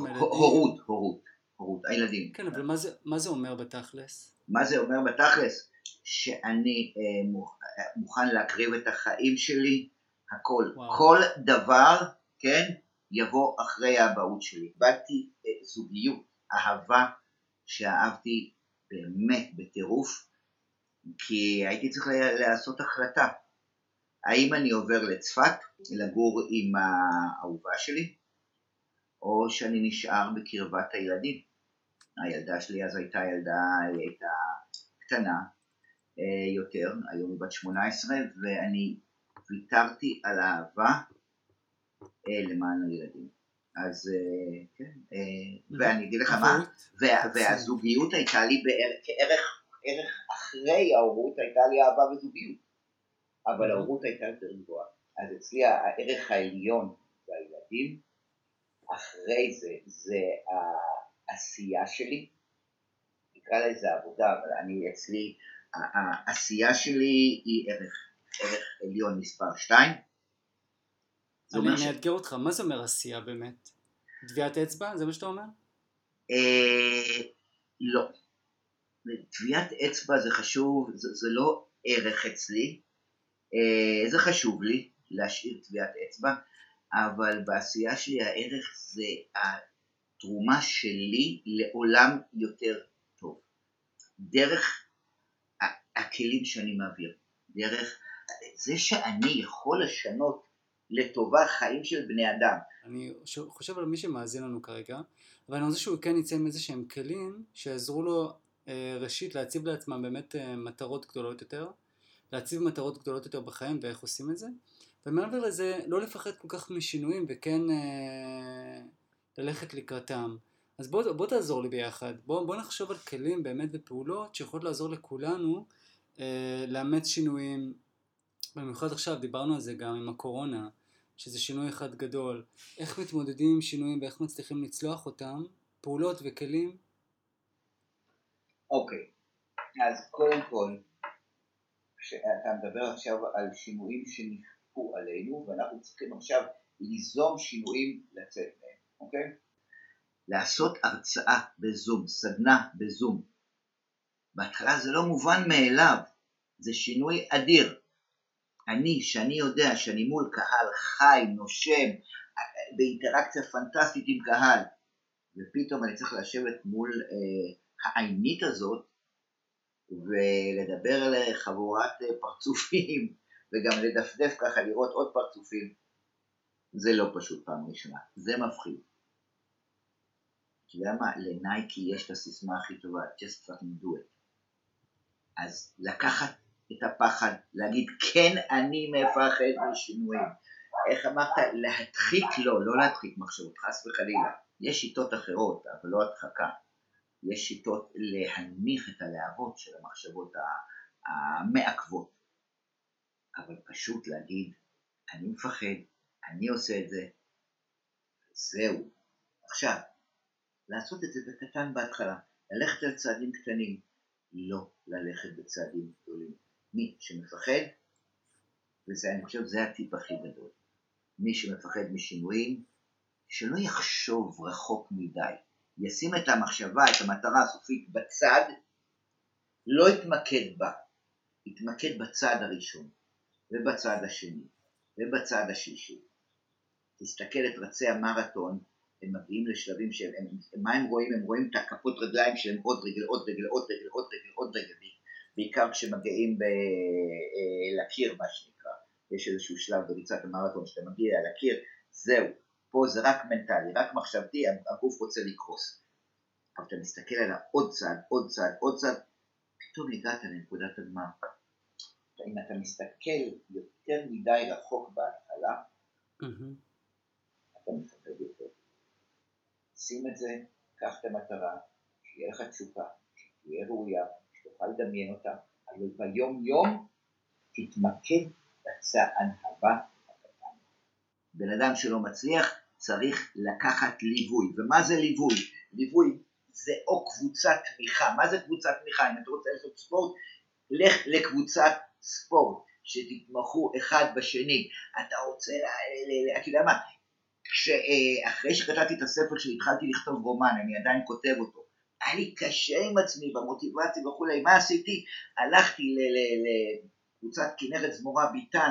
הורות, הילדים. כן, אבל מה זה אומר בתכלס? מה זה אומר בתכלס? שאני מוכן להקריב את החיים שלי, הכל. כל דבר, כן, יבוא אחרי האבהות שלי. קיבלתי זוגיות, אהבה, שאהבתי באמת בטירוף, כי הייתי צריך לעשות החלטה. האם אני עובר לצפת, לגור עם האהובה שלי, או שאני נשאר בקרבת הילדים. הילדה שלי אז הייתה הייתה קטנה יותר, היום היא בת 18, ואני ויתרתי על האהבה למען הילדים. אז כן, ואני אגיד לך מה, והזוגיות הייתה לי כערך אחרי ההורות, הייתה לי אהבה וזוגיות, אבל ההורות הייתה יותר גבוהה. אז אצלי הערך העליון זה הילדים, אחרי זה העשייה שלי, נקרא לזה עבודה, אבל אצלי, העשייה שלי היא ערך עליון מספר 2. אני אאתגר אותך, מה זה אומר עשייה באמת? טביעת אצבע? זה מה שאתה אומר? לא. טביעת אצבע זה חשוב, זה לא ערך אצלי, זה חשוב לי להשאיר טביעת אצבע, אבל בעשייה שלי הערך זה התרומה שלי לעולם יותר טוב. דרך הכלים שאני מעביר, דרך זה שאני יכול לשנות לטובה חיים של בני אדם. אני חושב על מי שמאזין לנו כרגע, אבל אני רוצה שהוא כן יצא עם איזה שהם כלים שיעזרו לו ראשית להציב לעצמם באמת מטרות גדולות יותר, להציב מטרות גדולות יותר בחיים ואיך עושים את זה, ומעבר לזה לא לפחד כל כך משינויים וכן ללכת לקראתם. אז בוא תעזור לי ביחד, בוא נחשוב על כלים באמת ופעולות שיכולות לעזור לכולנו לאמץ שינויים, במיוחד עכשיו דיברנו על זה גם עם הקורונה, שזה שינוי אחד גדול, איך מתמודדים עם שינויים ואיך מצליחים לצלוח אותם, פעולות וכלים. אוקיי, אז קודם כל, כשאתה מדבר עכשיו על שינויים שנכפו עלינו, ואנחנו צריכים עכשיו ליזום שינויים לצאת מהם, אוקיי? לעשות הרצאה בזום, סדנה בזום. בהתחלה זה לא מובן מאליו, זה שינוי אדיר. שאני יודע שאני מול קהל חי, נושם, באינטראקציה פנטסטית עם קהל, ופתאום אני צריך לשבת מול העינית הזאת, ולדבר על חבורת פרצופים, וגם לדפדף ככה, לראות עוד פרצופים, זה לא פשוט פעם ראשונה, זה מפחיד. כי למה? לנייקי יש את הסיסמה הכי טובה, just fucking do it. אז לקחת את הפחד, להגיד כן אני מפחד משינויים. איך אמרת? להדחיק? לא להדחיק מחשבות, חס וחלילה. יש שיטות אחרות, אבל לא הדחקה. יש שיטות להנמיך את הלהבות של המחשבות המעכבות. אבל פשוט להגיד, אני מפחד, אני עושה את זה, זהו. עכשיו, לעשות את זה בקטן בהתחלה, ללכת על צעדים קטנים, לא ללכת בצעדים גדולים. מי שמפחד, וזה אני חושב זה הטיפ הכי גדול, מי שמפחד משינויים, שלא יחשוב רחוק מדי, ישים את המחשבה, את המטרה הסופית בצד, לא יתמקד בה, יתמקד בצד הראשון, ובצד השני, ובצד השלישי. תסתכל את רצי המרתון, הם מגיעים לשלבים שהם, מה הם רואים? הם רואים את הכפות רגליים שלהם עוד רגל, עוד רגל, עוד רגל, עוד רגל, עוד רגל, בעיקר כשמגיעים לקיר, מה שנקרא. יש איזשהו שלב בריצת המרתון שאתה מגיע לקיר, זהו, פה זה רק מנטלי, רק מחשבתי, הגוף רוצה לקרוס. אבל אתה מסתכל על עוד צעד, עוד צעד, עוד צעד, פתאום הגעת לנקודת הגמר. אם אתה מסתכל יותר מדי רחוק בהתחלה, אתה מפחד יותר. שים את זה, קח את המטרה, שיהיה לך תשוקה, שתהיה ראויה, שתוכל לדמיין אותה, אבל ביום יום תתמקד בצעד הבא הקטן. בן אדם שלא מצליח צריך לקחת ליווי. ומה זה ליווי? ליווי זה או קבוצת תמיכה. מה זה קבוצת תמיכה? אם אתה רוצה לעשות ספורט, לך לקבוצת ספורט, שתתמכו אחד בשני. אתה רוצה, אתה יודע מה? אחרי שכתבתי את הספר שהתחלתי לכתוב רומן, אני עדיין כותב אותו, היה לי קשה עם עצמי במוטיבציה וכולי. מה עשיתי? הלכתי לקבוצת כנרת זמורה ביטן,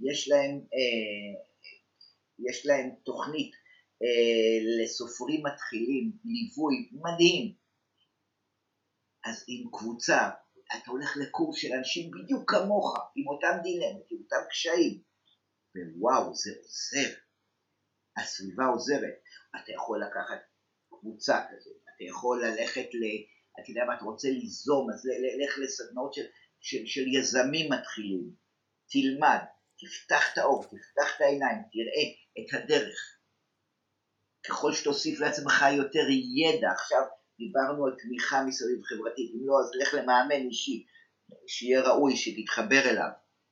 יש להם תוכנית לסופרים מתחילים, ליווי מדהים. אז עם קבוצה, אתה הולך לקורס של אנשים בדיוק כמוך, עם אותם דילמות, עם אותם קשיים, ווואו, זה עוזר. הסביבה עוזרת. אתה יכול לקחת קבוצה כזאת, אתה יכול ללכת אתה יודע מה, אתה רוצה ליזום, אז לך לסדנאות של יזמים מתחילים, תלמד, תפתח את האור, תפתח את העיניים, תראה את הדרך. ככל שתוסיף לעצמך יותר ידע, עכשיו דיברנו על תמיכה מסביב חברתית, אם לא אז לך למאמן אישי, שיהיה ראוי, שתתחבר אליו,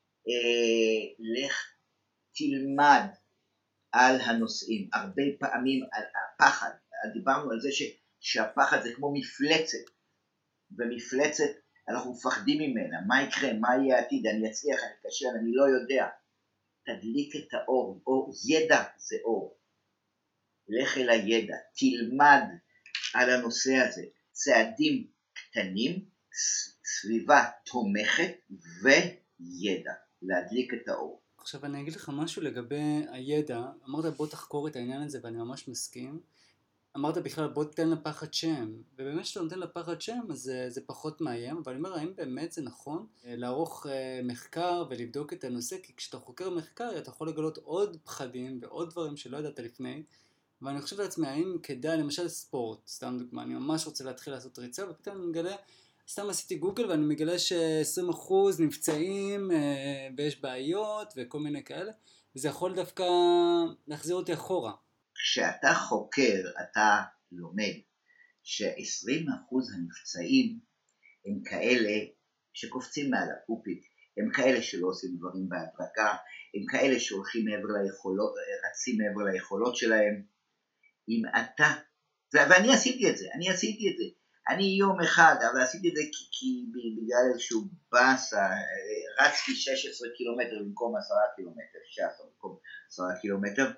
לך תלמד על הנושאים, הרבה פעמים על הפחד, דיברנו על זה שהפחד זה כמו מפלצת, ומפלצת אנחנו מפחדים ממנה, מה יקרה, מה יהיה העתיד, אני אצליח, אני אקשר, אני לא יודע, תדליק את האור, אור, ידע זה אור, לך אל הידע, תלמד על הנושא הזה, צעדים קטנים, סביבה תומכת וידע, להדליק את האור. עכשיו אני אגיד לך משהו לגבי הידע, אמרת בוא תחקור את העניין הזה ואני ממש מסכים, אמרת בכלל בוא תתן לפחד שם, ובאמת שאתה נותן לפחד שם אז זה פחות מאיים, אבל אני אומר האם באמת זה נכון לערוך מחקר ולבדוק את הנושא, כי כשאתה חוקר מחקר אתה יכול לגלות עוד פחדים ועוד דברים שלא ידעת לפני, ואני חושב לעצמי האם כדאי למשל ספורט, סתם דוגמה, אני ממש רוצה להתחיל לעשות ריצה ופתאום אני מגלה, סתם עשיתי גוגל ואני מגלה ש20% נפצעים ויש בעיות וכל מיני כאלה, וזה יכול דווקא להחזיר אותי אחורה. כשאתה חוקר, אתה לומד ש20% הנפצעים הם כאלה שקופצים מעל הפופיק, הם כאלה שלא עושים דברים בהדרגה, הם כאלה שהולכים מעבר ליכולות, רצים מעבר ליכולות שלהם. אם אתה, ואני עשיתי את זה, אני יום אחד, אבל עשיתי את זה כי בגלל איזשהו בס, רצתי 16 קילומטר במקום 10 קילומטר, 16 במקום 10 קילומטר,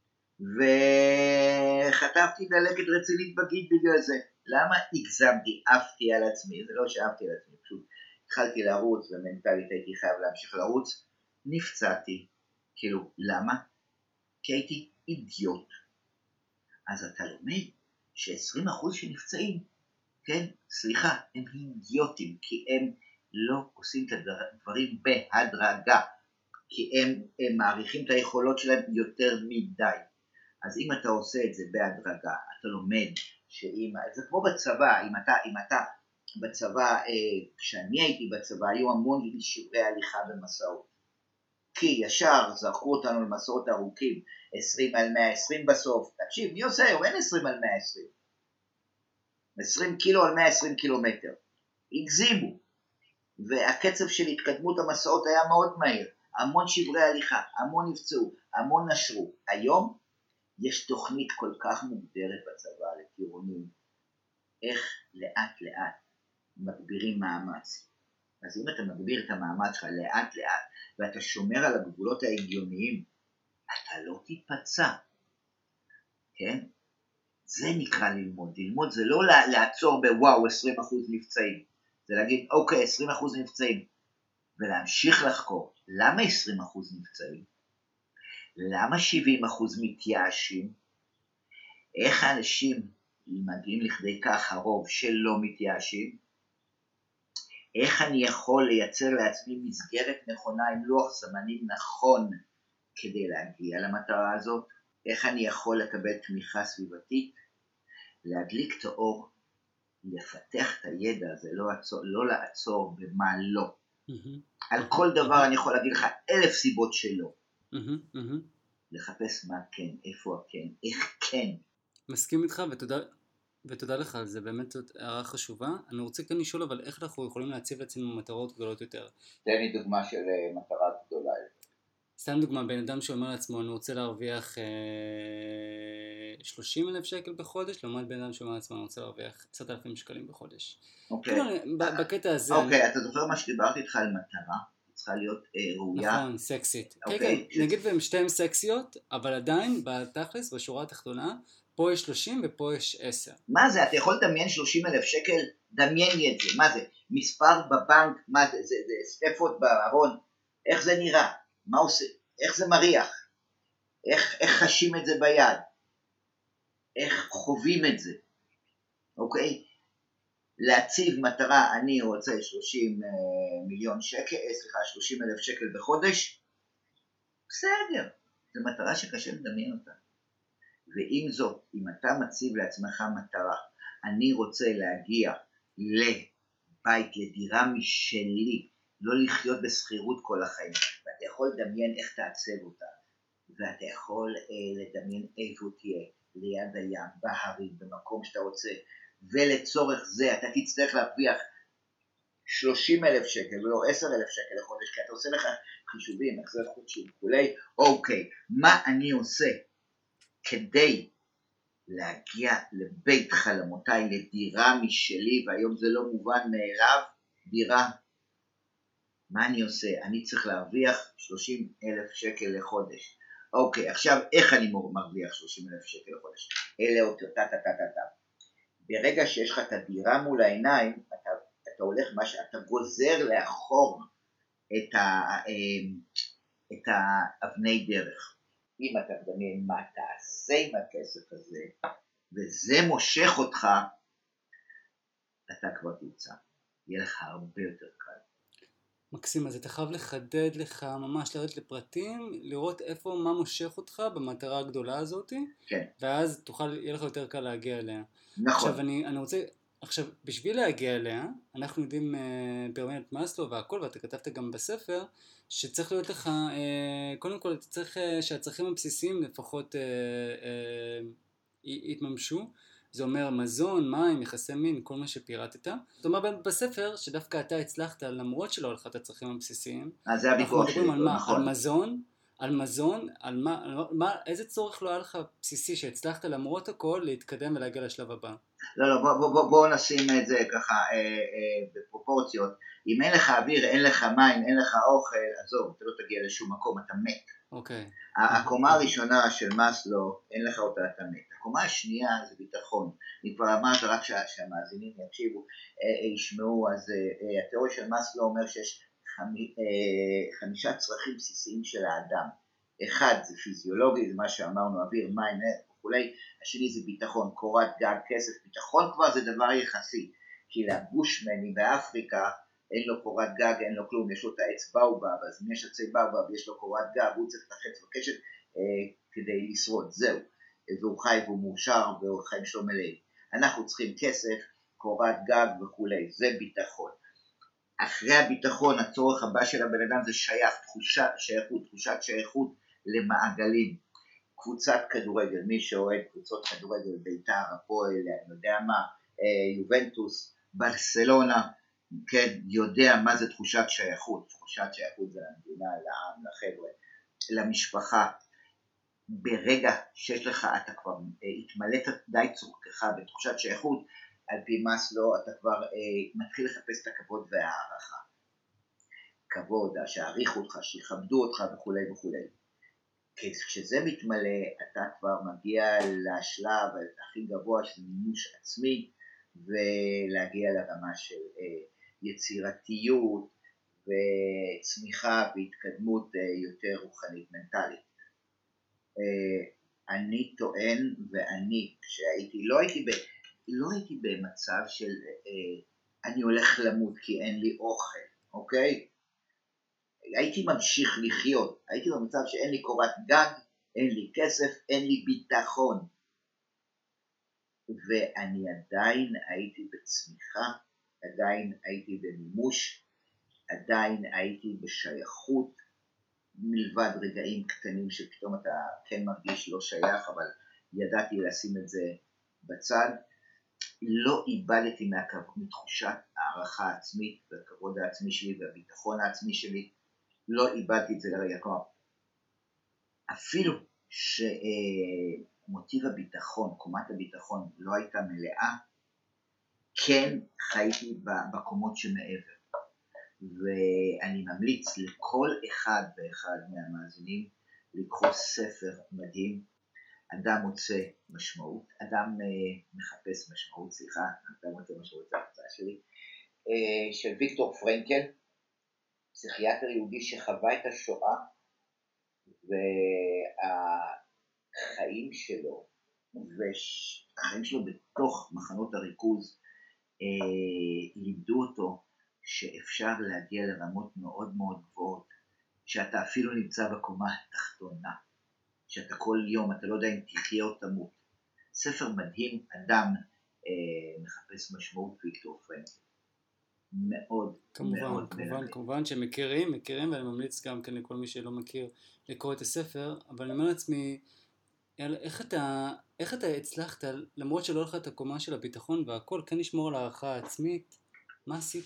וחטפתי דלקת רצינית בגיד בגלל זה. למה הגזמתי? עפתי על עצמי, זה לא שעפתי על עצמי, פשוט התחלתי לרוץ ומנטלית הייתי חייב להמשיך לרוץ, נפצעתי, כאילו, למה? כי הייתי אידיוט. אז אתה לומד ש20% שנפצעים, כן, סליחה, הם אידיוטים, כי הם לא עושים את הדברים בהדרגה, כי הם מעריכים את היכולות שלהם יותר מדי. אז אם אתה עושה את זה בהדרגה, אתה לומד זה כמו בצבא, אם אתה בצבא, כשאני הייתי בצבא, היו המון שיעורי הליכה במסעות. כי ישר זרקו אותנו למסעות ארוכים, 20 על 120 בסוף. תקשיב, מי עושה היום? אין 20 על 120. 20 קילו על 120 קילומטר. הגזימו. והקצב של התקדמות המסעות היה מאוד מהיר. המון שברי הליכה, המון נפצעו, המון נשרו. היום יש תוכנית כל כך מוגדרת בצבא לטירונים, איך לאט לאט מגבירים מאמץ. אז אם אתה מגביר את המאמץ שלך לאט לאט, ואתה שומר על הגבולות ההגיוניים, אתה לא תיפצע. כן? זה נקרא ללמוד. ללמוד זה לא לעצור בוואו 20% נפצעים. זה להגיד אוקיי 20% נפצעים. ולהמשיך לחקור. למה 20% נפצעים? למה 70% מתייאשים? איך האנשים מגיעים לכדי כך הרוב שלא מתייאשים? איך אני יכול לייצר לעצמי מסגרת נכונה עם לוח זמנים נכון כדי להגיע למטרה הזאת? איך אני יכול לקבל תמיכה סביבתית? להדליק את האור, לפתח את הידע הזה, לא לעצור במה לא. על כל דבר אני יכול להגיד לך 1000 סיבות שלא. לחפש מה כן, איפה הכן, איך כן. מסכים איתך ותודה לך על זה, באמת זאת הערה חשובה. אני רוצה כאן לשאול אבל איך אנחנו יכולים להציב לעצמנו מטרות גדולות יותר? תן לי דוגמה של מטרה גדולה. סתם דוגמה, בן אדם שאומר לעצמו אני רוצה להרוויח 30,000 שקל בחודש, לעומת בן אדם שאומר לעצמו אני רוצה להרוויח 10,000 שקלים בחודש. אוקיי. בקטע הזה... אוקיי, אתה זוכר מה שדיברתי איתך על מטרה? צריכה להיות ראויה. נכון, סקסית. כן, נגיד והם שתיהן סקסיות, אבל עדיין בתכלס, בשורה התחתונה, פה יש 30 ופה יש 10. מה זה? אתה יכול לדמיין 30,000 שקל? דמיין לי את זה. מה זה? מספר בבנק? מה זה? זה סטפות בארון? איך זה נראה? מה עושה? איך זה מריח? איך חשים את זה ביד? איך חווים את זה? אוקיי? להציב מטרה, אני רוצה 30,000 שקל בחודש, בסדר, זו מטרה שקשה לדמיין אותה. ועם זאת, אם אתה מציב לעצמך מטרה, אני רוצה להגיע לבית, לדירה משלי, לא לחיות בסחירות כל החיים, ואתה יכול לדמיין איך תעצב אותה, ואתה יכול לדמיין איפה תהיה, ליד הים, בהרים, במקום שאתה רוצה, ולצורך זה אתה תצטרך להרוויח 30,000 שקל ולא 10,000 שקל לחודש, כי אתה עושה לך חישובים, החזר חודשי וכולי. אוקיי, מה אני עושה כדי להגיע לבית חלומותיי, לדירה משלי, והיום זה לא מובן מאליו, דירה. מה אני עושה? אני צריך להרוויח 30,000 שקל לחודש. אוקיי, עכשיו איך אני מרוויח 30,000 שקל לחודש? אלה אותו, ברגע שיש לך את הדירה מול העיניים, אתה הולך, אתה גוזר לאחור את האבני דרך. אם אתה מדמיין מה תעשה עם הכסף הזה, וזה מושך אותך, אתה כבר תמצא. יהיה לך הרבה יותר קל. מקסים, אז אתה חייב לחדד לך, ממש לרדת לפרטים, לראות איפה, מה מושך אותך במטרה הגדולה הזאת, כן. ואז יהיה לך יותר קל להגיע אליה. נכון. עכשיו אני רוצה, בשביל להגיע אליה, אנחנו יודעים פירמידת מאסלו והכל, ואתה כתבת גם בספר, שצריך להיות לך, קודם כל אתה צריך שהצרכים הבסיסיים לפחות יתממשו, זה אומר מזון, מים, יחסי מין, כל מה שפירטת. זאת אומרת בספר שדווקא אתה הצלחת, למרות שלא הלכת את הצרכים הבסיסיים, זה הוויכוח שלי, נכון. על מזון, איזה צורך לא היה לך בסיסי שהצלחת למרות הכל להתקדם ולהגיע לשלב הבא? לא, בוא נשים את זה ככה בפרופורציות. אם אין לך אוויר, אין לך מים, אין לך אוכל, עזוב, אתה לא תגיע לשום מקום, אתה מת. אוקיי. הקומה הראשונה של מאסלו, אין לך אותה, אתה מת. הקומה השנייה זה ביטחון. אני כבר אמרת, רק שהמאזינים יקשיבו, ישמעו, אז התיאוריה של מאסלו אומר שיש 5 צרכים בסיסיים של האדם. אחד זה פיזיולוגי, זה מה שאמרנו, אוויר, מים וכולי. השני זה ביטחון, קורת גג, כסף. ביטחון כבר זה דבר יחסי, כי לבושמני באפריקה אין לו קורת גג, אין לו כלום, יש לו את העץ באובב, אז אם יש עצי באובב, יש לו קורת גג, הוא צריך את החץ וקשת כדי לשרוד, זהו. והוא חי והוא מאושר והוא חיים שלו מלאים. אנחנו צריכים כסף, קורת גג וכולי, זה ביטחון. אחרי הביטחון, הצורך הבא של הבן אדם זה תחושת שייכות למעגלים. קבוצת כדורגל, מי שאוהד קבוצות כדורגל, בית"ר, הפועל, אני יודע מה, יובנטוס, ברסלונה, כן, יודע מה זה תחושת שייכות. תחושת שייכות זה למדינה, לעם, לחבר'ה, למשפחה. ברגע שיש לך, אתה כבר התמלאת די צורכך בתחושת שייכות, על פי מאסלו אתה כבר מתחיל לחפש את הכבוד והערכה. כבוד, שיעריכו אותך, שיכבדו אותך וכולי וכולי. כשזה מתמלא, אתה כבר מגיע לשלב הכי גבוה של מימוש עצמי, ולהגיע לרמה של יצירתיות וצמיחה והתקדמות יותר רוחנית מנטלית. אני טוען, ואני כשהייתי, לא הייתי במצב של אני הולך למות כי אין לי אוכל, אוקיי? הייתי ממשיך לחיות, הייתי במצב שאין לי קורת גג, אין לי כסף, אין לי ביטחון. ואני עדיין הייתי בצמיחה, עדיין הייתי במימוש, עדיין הייתי בשייכות, מלבד רגעים קטנים שפתאום אתה כן מרגיש לא שייך, אבל ידעתי לשים את זה בצד. לא איבדתי מתחושת הערכה העצמית והכבוד העצמי שלי והביטחון העצמי שלי, לא איבדתי את זה לרגע. כלומר, אפילו שמוטיב הביטחון, קומת הביטחון לא הייתה מלאה, כן חייתי בקומות שמעבר. ואני ממליץ לכל אחד ואחד מהמאזינים לקרוא ספר מדהים, אדם מוצא משמעות, אדם מחפש משמעות, אדם מוצא משמעות, זה ההרצאה שלי, של ויקטור פרנקל, פסיכיאטר יהודי שחווה את השואה, והחיים שלו, והחיים שלו בתוך מחנות הריכוז, לימדו אותו שאפשר להגיע לרמות מאוד מאוד גבוהות, שאתה אפילו נמצא בקומה התחתונה, שאתה כל יום, אתה לא יודע אם תחיה או תמות. ספר מדהים, אדם מחפש משמעות, ויקטור פרנקל. מאוד מאוד מלמד. כמובן שמכירים, ואני ממליץ גם כן לכל מי שלא מכיר לקרוא את הספר, אבל אני אומר לעצמי, יאללה, איך אתה הצלחת, למרות שלא לך את הקומה של הביטחון והכל, כן לשמור על הערכה העצמית? מה עשית?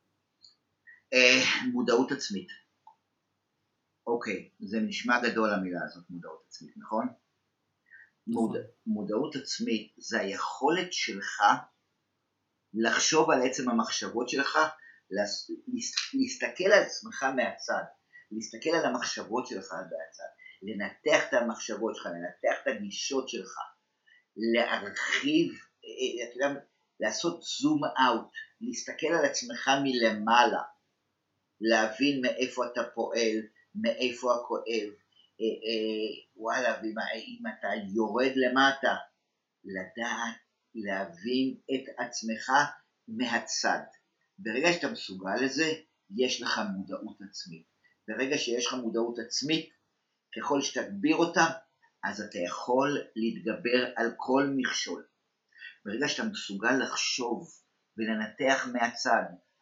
מודעות עצמית. אוקיי, זה נשמע גדול המילה הזאת, מודעות עצמית, נכון? נכון. מודעות עצמית זה היכולת שלך לחשוב על עצם המחשבות שלך, להסתכל על עצמך מהצד, להסתכל על המחשבות שלך מהצד, לנתח את המחשבות שלך, לנתח את הגישות שלך, להרחיב, לעשות זום אאוט, להסתכל על עצמך מלמעלה, להבין מאיפה אתה פועל, מאיפה הכואב, וואלה, אם אתה יורד למטה, לדעת, להבין את עצמך מהצד. ברגע שאתה מסוגל לזה, יש לך מודעות עצמית. ברגע שיש לך מודעות עצמית, ככל שתגביר אותה, אז אתה יכול להתגבר על כל מכשול. ברגע שאתה מסוגל לחשוב ולנתח מהצד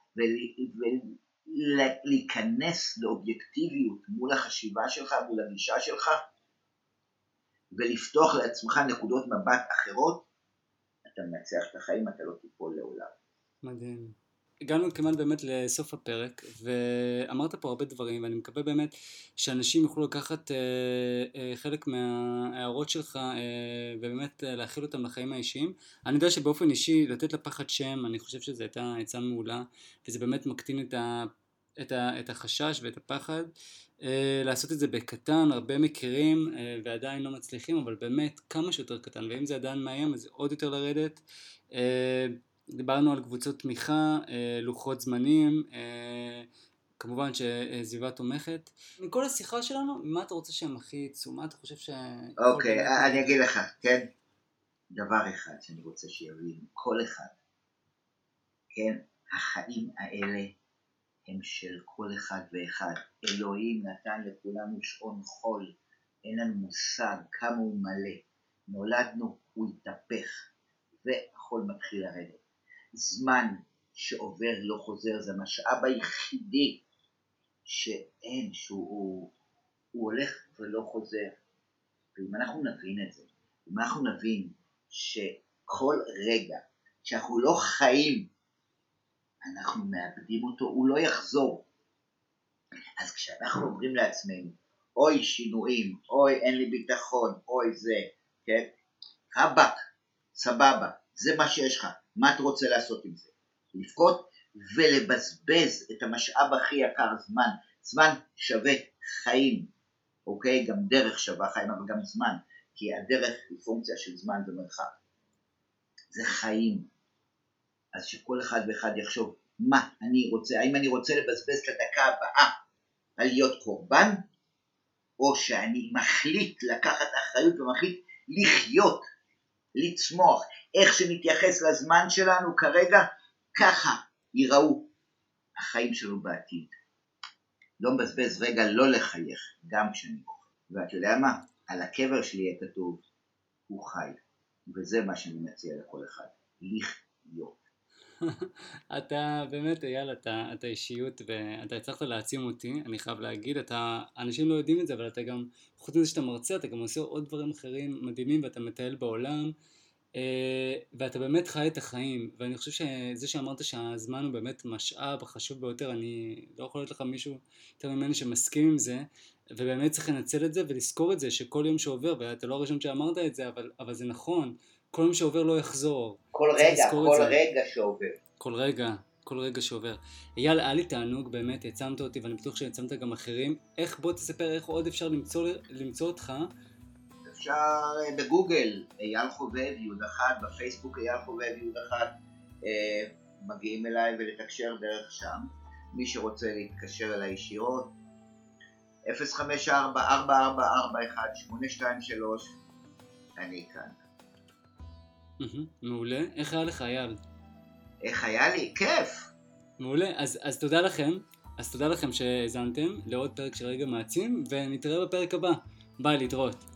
ולהיכנס לאובייקטיביות מול החשיבה שלך, מול הגישה שלך, ולפתוח לעצמך נקודות מבט אחרות, אתה מנצח את החיים, אתה לא תיפול לעולם. מדהים. הגענו כמעט באמת לסוף הפרק, ואמרת פה הרבה דברים, ואני מקווה באמת שאנשים יוכלו לקחת חלק מההערות שלך, ובאמת להכיל אותם לחיים האישיים. אני יודע שבאופן אישי, לתת לפחד שם, אני חושב שזו הייתה עצה מעולה, וזה באמת מקטין את החשש ואת הפחד. לעשות את זה בקטן, הרבה מכירים ועדיין לא מצליחים, אבל באמת כמה שיותר קטן, ואם זה עדיין מאיים, אז עוד יותר לרדת. דיברנו על קבוצות תמיכה, לוחות זמנים, כמובן שסביבה תומכת. מכל השיחה שלנו, מה אתה רוצה שהם הכי יצאו? מה אתה חושב אוקיי, אני אגיד לך, כן? דבר אחד שאני רוצה שיבין, כל אחד, כן? החיים האלה הם של כל אחד ואחד. אלוהים נתן לכולנו שעון חול, אין לנו מושג כמה הוא מלא. נולדנו, הוא התהפך, והחול מתחיל לרדת. זמן שעובר לא חוזר, זה המשאב היחידי שאין, שהוא הולך ולא חוזר. ואם אנחנו נבין את זה, אם אנחנו נבין שכל רגע שאנחנו לא חיים, אנחנו מאבדים אותו, הוא לא יחזור. אז כשאנחנו אומרים לעצמנו, אוי שינויים, אוי אין לי ביטחון, אוי זה, כן? רבק, סבבה, זה מה שיש לך, מה אתה רוצה לעשות עם זה? לפקוד ולבזבז את המשאב הכי יקר, זמן. זמן שווה חיים, אוקיי? גם דרך שווה חיים, אבל גם זמן, כי הדרך היא פונקציה של זמן ומרחק. זה חיים. אז שכל אחד ואחד יחשוב, מה אני רוצה, האם אני רוצה לבזבז את הדקה הבאה על להיות קורבן, או שאני מחליט לקחת אחריות ומחליט לחיות, לצמוח, איך שנתייחס לזמן שלנו כרגע, ככה ייראו החיים שלנו בעתיד. לא מבזבז רגע לא לחייך, גם כשאני בוחר. ואת יודע מה? על הקבר שלי יהיה כתוב, הוא חי. וזה מה שאני מציע לכל אחד, לחיות. אתה באמת, אייל, אתה אישיות ואתה הצלחת להעצים אותי, אני חייב להגיד, אנשים לא יודעים את זה, אבל אתה גם, חוץ מזה שאתה מרצה, אתה גם עושה עוד דברים אחרים מדהימים, ואתה מטייל בעולם, ואתה באמת חי את החיים, ואני חושב שזה שאמרת שהזמן הוא באמת משאב חשוב ביותר, אני לא יכול להיות לך מישהו יותר ממני שמסכים עם זה, ובאמת צריך לנצל את זה ולזכור את זה, שכל יום שעובר, ואתה לא הראשון שאמרת את זה, אבל זה נכון, כל יום שעובר לא יחזור. כל רגע שעובר. כל רגע שעובר. אייל, היה לי תענוג, באמת, העצמת אותי, ואני בטוח שהעצמת גם אחרים. בוא תספר איך עוד אפשר למצוא אותך. אפשר בגוגל, אייל חובב, יוד אחד, בפייסבוק אייל חובב, יוד אחד, מגיעים אליי ולתקשר דרך שם. מי שרוצה להתקשר אליי ישירות, 054-444-1823, אני כאן. מעולה. איך היה לך, אייל? איך היה לי? כיף. מעולה. אז תודה לכם שהזנתם לעוד פרק של רגע מעצים, ונתראה בפרק הבא. ביי, להתראות.